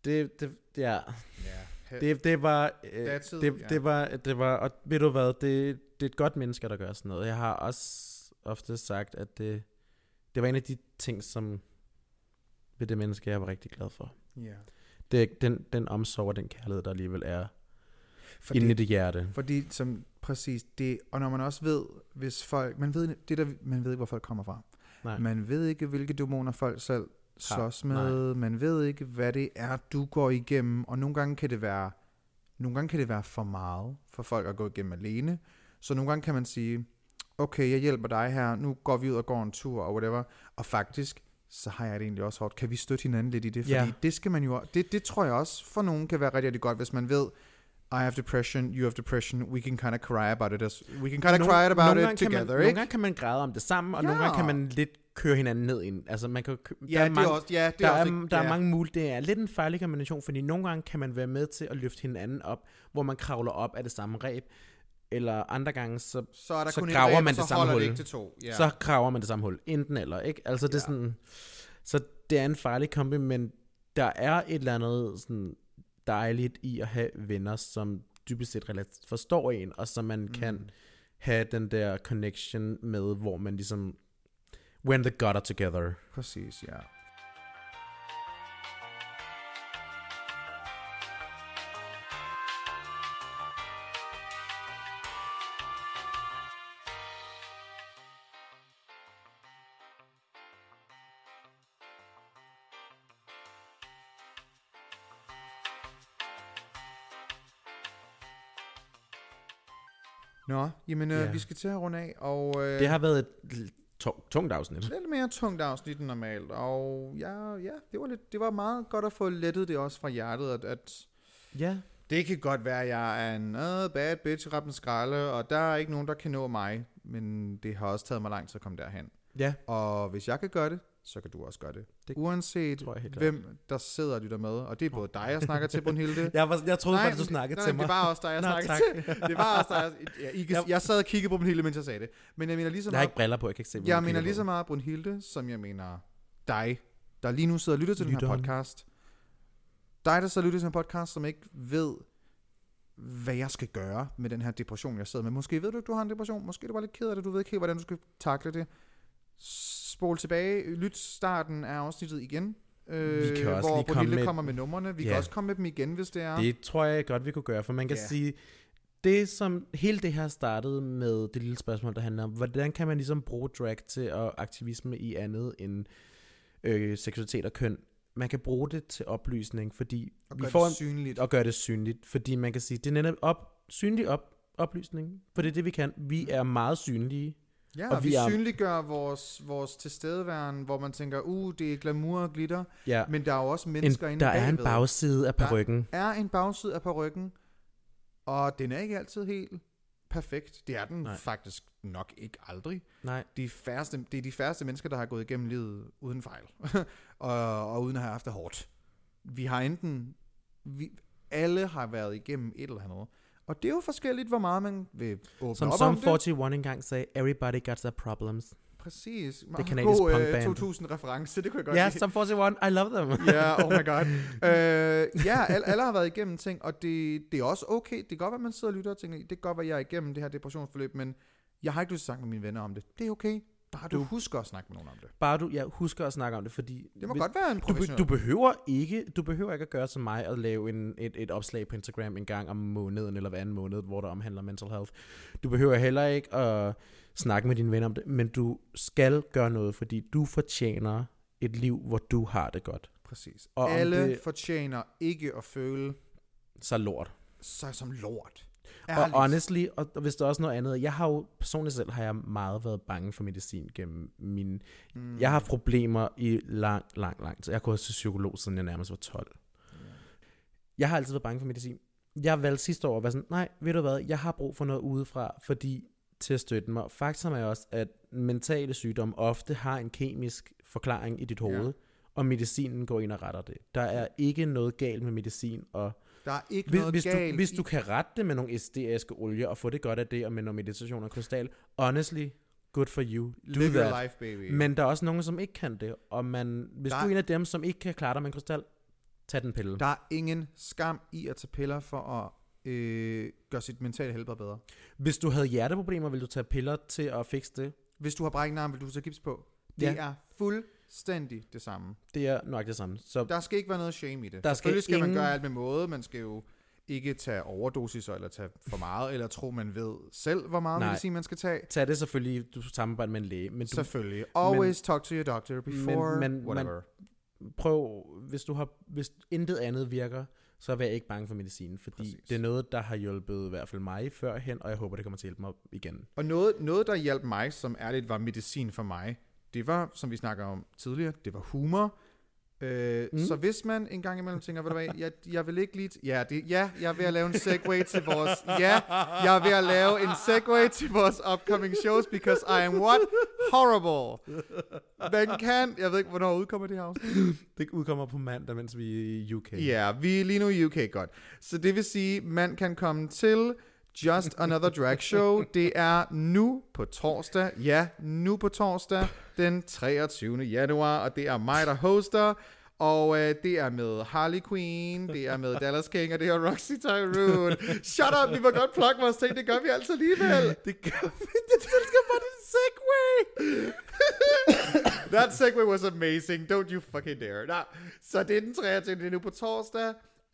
Det var, og ved du hvad, det er et godt menneske, der gør sådan noget. Jeg har også ofte sagt, at det var en af de ting, som ved det menneske, jeg var rigtig glad for. Ja. Det er den omsorg og den kærlighed, der alligevel er inde i det hjerte. Fordi som præcis det, og når man også ved, hvis folk, man ved ikke, hvor folk kommer fra. Nej. Man ved ikke, hvilke dæmoner folk selv slås med. Man ved ikke, hvad det er, du går igennem, og nogle gange kan det være for meget for folk at gå igennem alene. Så nogle gange kan man sige, okay, jeg hjælper dig her, nu går vi ud og går en tur og whatever, og faktisk så har jeg det egentlig også hårdt. Kan vi støtte hinanden lidt i det? Fordi det skal man jo, det tror jeg også for nogen kan være rigtig, rigtig godt, hvis man ved, I have depression, you have depression, we can kind of cry about it, we can kind of cry about it together, ikke? Nogle gange kan man græde om det sammen, og nogle gange kan man lidt køre hinanden ned ind. Altså man kan der er mange muligheder. Det er lidt en farlig kombination, fordi nogle gange kan man være med til at løfte hinanden op, hvor man kravler op af det samme reb, eller andre gange så graver man det samme hul. Så graver man det samme hul, enten eller, ikke? Altså det er sådan, så det er en farlig kombi, men der er et eller andet sådan dejligt i at have venner, som dybest set relativt forstår en, og så man kan have den der connection med, hvor man ligesom, when the God are together. Præcis, ja. Nå, jamen vi skal til at runde af, og... det har været et tungt afsnit. Lidt mere tungt afsnit end normalt, og ja, det var meget godt at få lettet det også fra hjertet, at ja. Det kan godt være, at jeg er en bad bitch, rappen skralde, og der er ikke nogen, der kan nå mig, men det har også taget mig lang tid at komme derhen. Ja. Og hvis jeg kan gøre det, så kan du også gøre det. Uanset hvem der sidder og lytter med, og det er både dig, jeg snakker til, Brunhilde. Jeg troede faktisk, du snakkede til mig. Det var også dig, jeg snakkede til. Det var også dig. Jeg sad og kiggede på Brunhilde, mens jeg sagde det. Men jeg mener lige så meget... Jeg har ikke briller på, jeg kan ikke se, jeg mener lige så meget Brunhilde, som jeg mener dig, der lige nu sidder og lytter til den her podcast. Dig, der sidder og lytter til en podcast, som ikke ved, hvad jeg skal gøre med den her depression, jeg sidder med. Måske ved du ikke, du har en depression. Måske er du bare lidt ked af det. Du ved ikke helt, hvordan du skal takle det. Spol tilbage. Lyt starten af afsnittet igen. Vi kan også hvor lige komme kommer med numrene. Vi kan også komme med dem igen, hvis det er. Det tror jeg godt, vi kunne gøre. For man kan sige, det som hele det her startede med det lille spørgsmål, der handler om, hvordan kan man ligesom bruge drag til og aktivisme i andet end seksualitet og køn. Man kan bruge det til oplysning, fordi vi får og gøre det synligt, fordi man kan sige, det er netop synlig oplysning, for det er det vi kan. Vi er meget synlige. Ja, og vi synliggør vores tilstedeværen, hvor man tænker, det er glamour og glitter, men der er jo også mennesker inde bagved. Der er en bagside af parykken. Der er en bagside af parykken, og den er ikke altid helt perfekt. Det er den faktisk nok ikke aldrig. Nej. Det er de færreste mennesker, der har gået igennem livet uden fejl, og uden at have haft det hårdt. Alle har været igennem et eller andet. Og det er jo forskelligt, hvor meget man vil åbne som op Sum om det. 41 engang sagde, everybody got their problems. Præcis. Det kanadiske punkband. 2000 reference, det kunne jeg godt lide. Ja, Sum 41, I love them. Ja, oh my god. Alle har været igennem ting, og det er også okay. Det kan godt være, at man sidder og lytter og tænker, det kan godt være, at jeg er igennem det her depressionsforløb, men jeg har ikke lyst til at snakke med mine venner om det. Det er okay. Bare du husker at snakke med nogen om det. Bare du husker at snakke om det, fordi... Det må godt være en professionel... Du behøver ikke at gøre som mig og lave et opslag på Instagram en gang om måneden eller hver anden måned, hvor der omhandler mental health. Du behøver heller ikke at snakke med dine venner om det, men du skal gøre noget, fordi du fortjener et liv, hvor du har det godt. Præcis. Og alle fortjener ikke at føle... Så lort. Så som lort. Ærligt. Og honestly, og hvis der er også noget andet, jeg har jo personligt selv meget været bange for medicin gennem min... Jeg har haft problemer i lang tid. Jeg kunne også til psykolog, siden jeg nærmest var 12. Jeg har altid været bange for medicin. Jeg valgte sidste år at være sådan, nej, ved du hvad, jeg har brug for noget udefra, fordi til at støtte mig. Faktum er også, at mentale sygdomme ofte har en kemisk forklaring i dit hoved, og medicinen går ind og retter det. Der er ikke noget galt med medicin, og der er ikke noget galt hvis du kan rette det med nogle æteriske olier, og få det godt af det, og med noget meditation og krystal, honestly, good for you. Live your life, baby. Men der er også nogen, som ikke kan det, og hvis du er en af dem, som ikke kan klare dig med en krystal, tag den pille. Der er ingen skam i at tage piller for at gøre sit mentale helbred bedre. Hvis du havde hjerteproblemer, vil du tage piller til at fikse det? Hvis du har brækket arm, vil du tage gips på? Det er fuldstændig det samme. Det er nok det samme. Så der skal ikke være noget shame i det. Selvfølgelig skal man gøre alt med måde. Man skal jo ikke tage overdosiser, eller tage for meget, eller tro, man ved selv, hvor meget medicin man skal tage. Tag det selvfølgelig, du samarbejder med en læge. Men selvfølgelig. Always talk to your doctor before whatever. Prøv, hvis intet andet virker, så er jeg ikke bange for medicinen, fordi det er noget, der har hjulpet i hvert fald mig førhen, og jeg håber, det kommer til at hjælpe mig igen. Og noget der hjalp mig, som ærligt var medicin for mig, det var, som vi snakker om tidligere, det var humor. Så hvis man en gang imellem tænker, ved du hvad, jeg vil ikke lige... Jeg er ved at lave en segue til vores... jeg er ved at lave en segue til vores upcoming shows, because I am what? Horrible. Man kan... Jeg ved ikke, hvornår udkommer det her afsnit? Det udkommer på mandag, mens vi er i UK. Ja, vi er lige nu i UK, godt. Så det vil sige, man kan komme til Just Another Drag Show. Det er nu på torsdag. Ja, nu på torsdag, den 23. januar, og det er mig, der hoster. Og det er med Harley Quinn, det er med Dallas King, og det er Roxy Tyrone. Shut up, vi må godt plukke vores ting, det gør vi altid alligevel. Det gør vi, det skal bare din segue. That segue was amazing, don't you fucking dare. Nå, så det er den 23. det er nu på torsdag.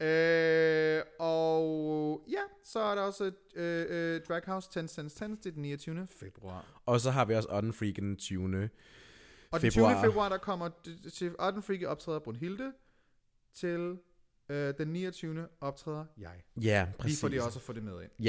Og ja, så er der også Drag House 10 Cents 10, det er den 29. februar. Og så har vi også Odden Freak den 20. Og den 20. februar, der kommer til Odden Freak optræder Brunhilde, til den 29. optræder jeg. Ja, præcis. Lige for det også at få det med ind. Ja,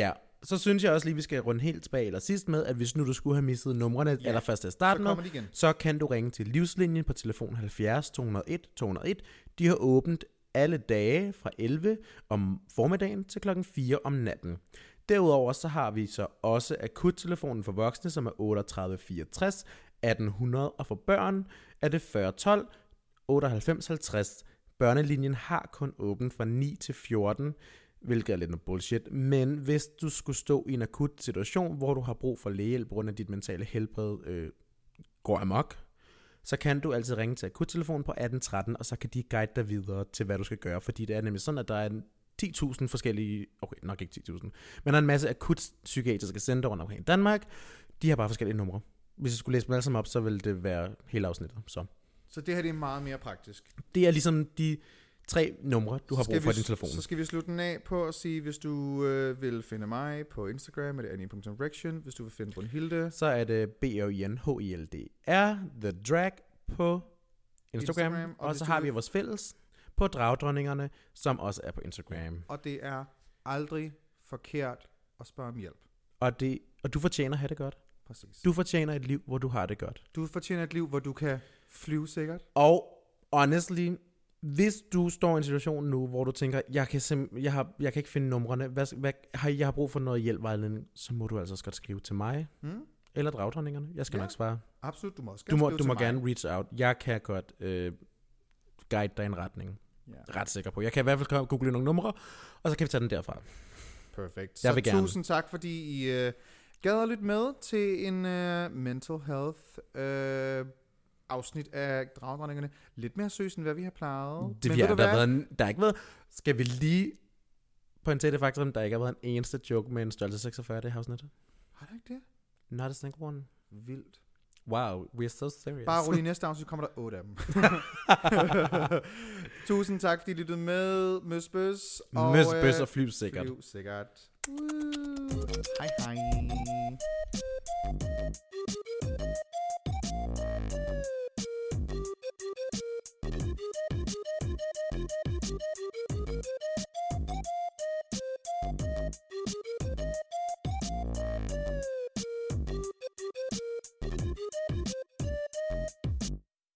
så synes jeg også lige, vi skal runde helt tilbage eller sidst med, at hvis nu du skulle have misset numrene allerførst til at starte med, så kan du ringe til Livslinjen på telefon 70 201 201. De har åbent alle dage fra 11 om formiddagen til klokken 4 om natten. Derudover så har vi så også akuttelefonen for voksne, som er 38 64 1800, og for børn er det 40 12 98 50. Børnelinjen har kun åbent fra 9 til 14, hvilket er lidt noget bullshit. Men hvis du skulle stå i en akut situation, hvor du har brug for lægehjælp på grund af dit mentale helbred går amok, så kan du altid ringe til akuttelefonen på 1813, og så kan de guide dig videre til, hvad du skal gøre. Fordi det er nemlig sådan, at der er 10.000 forskellige, okay, nok ikke 10.000, men der er en masse akut psykiatriske center rundt omkring i Danmark. De har bare forskellige numre. Hvis jeg skulle læse dem alle sammen op, så ville det være hele afsnittet. Så det her det er meget mere praktisk. Det er ligesom de 3 numre, du har brug for i din telefon. Så skal vi slutte den af på at sige, hvis du vil finde mig på Instagram, er det Annie.rection. Hvis du vil finde Brunhilde, så er det BRINHILDR, The Drag på Instagram. Og så har vi vores fælles på Dragdronningerne, som også er på Instagram. Og det er aldrig forkert at spørge om hjælp. Og du fortjener at have det godt. Præcis. Du fortjener et liv, hvor du har det godt. Du fortjener et liv, hvor du kan flyve sikkert. Og honestly, hvis du står i en situation nu, hvor du tænker, jeg kan ikke finde numrene, jeg har brug for noget hjælpvejledning, så må du altså godt skrive til mig, eller Dragdronningerne. Jeg skal nok svare. Absolut, du må også gerne du må gerne reach out. Jeg kan godt guide dig i en retning. Ret sikker på. Jeg kan i hvert fald google nogle numre, og så kan vi tage den derfra. Perfekt. Så tusind tak, fordi I gad at lytte med til en mental health afsnit af Dragdronningerne. Lidt mere søs, end hvad vi har plejet. Der har ikke været... Skal vi lige pointere det faktum, der ikke har været en eneste joke med en størrelse 46 i det her afsnit? Har der ikke det? Not a single one. Vildt. Wow, we're so serious. Bare rolig, næste afsnit kommer der 8 af dem. Tusind tak, fordi I lyttede med. Møsbøs. Møsbøs og flyv sikkert. Flyv sikkert. Hej hej.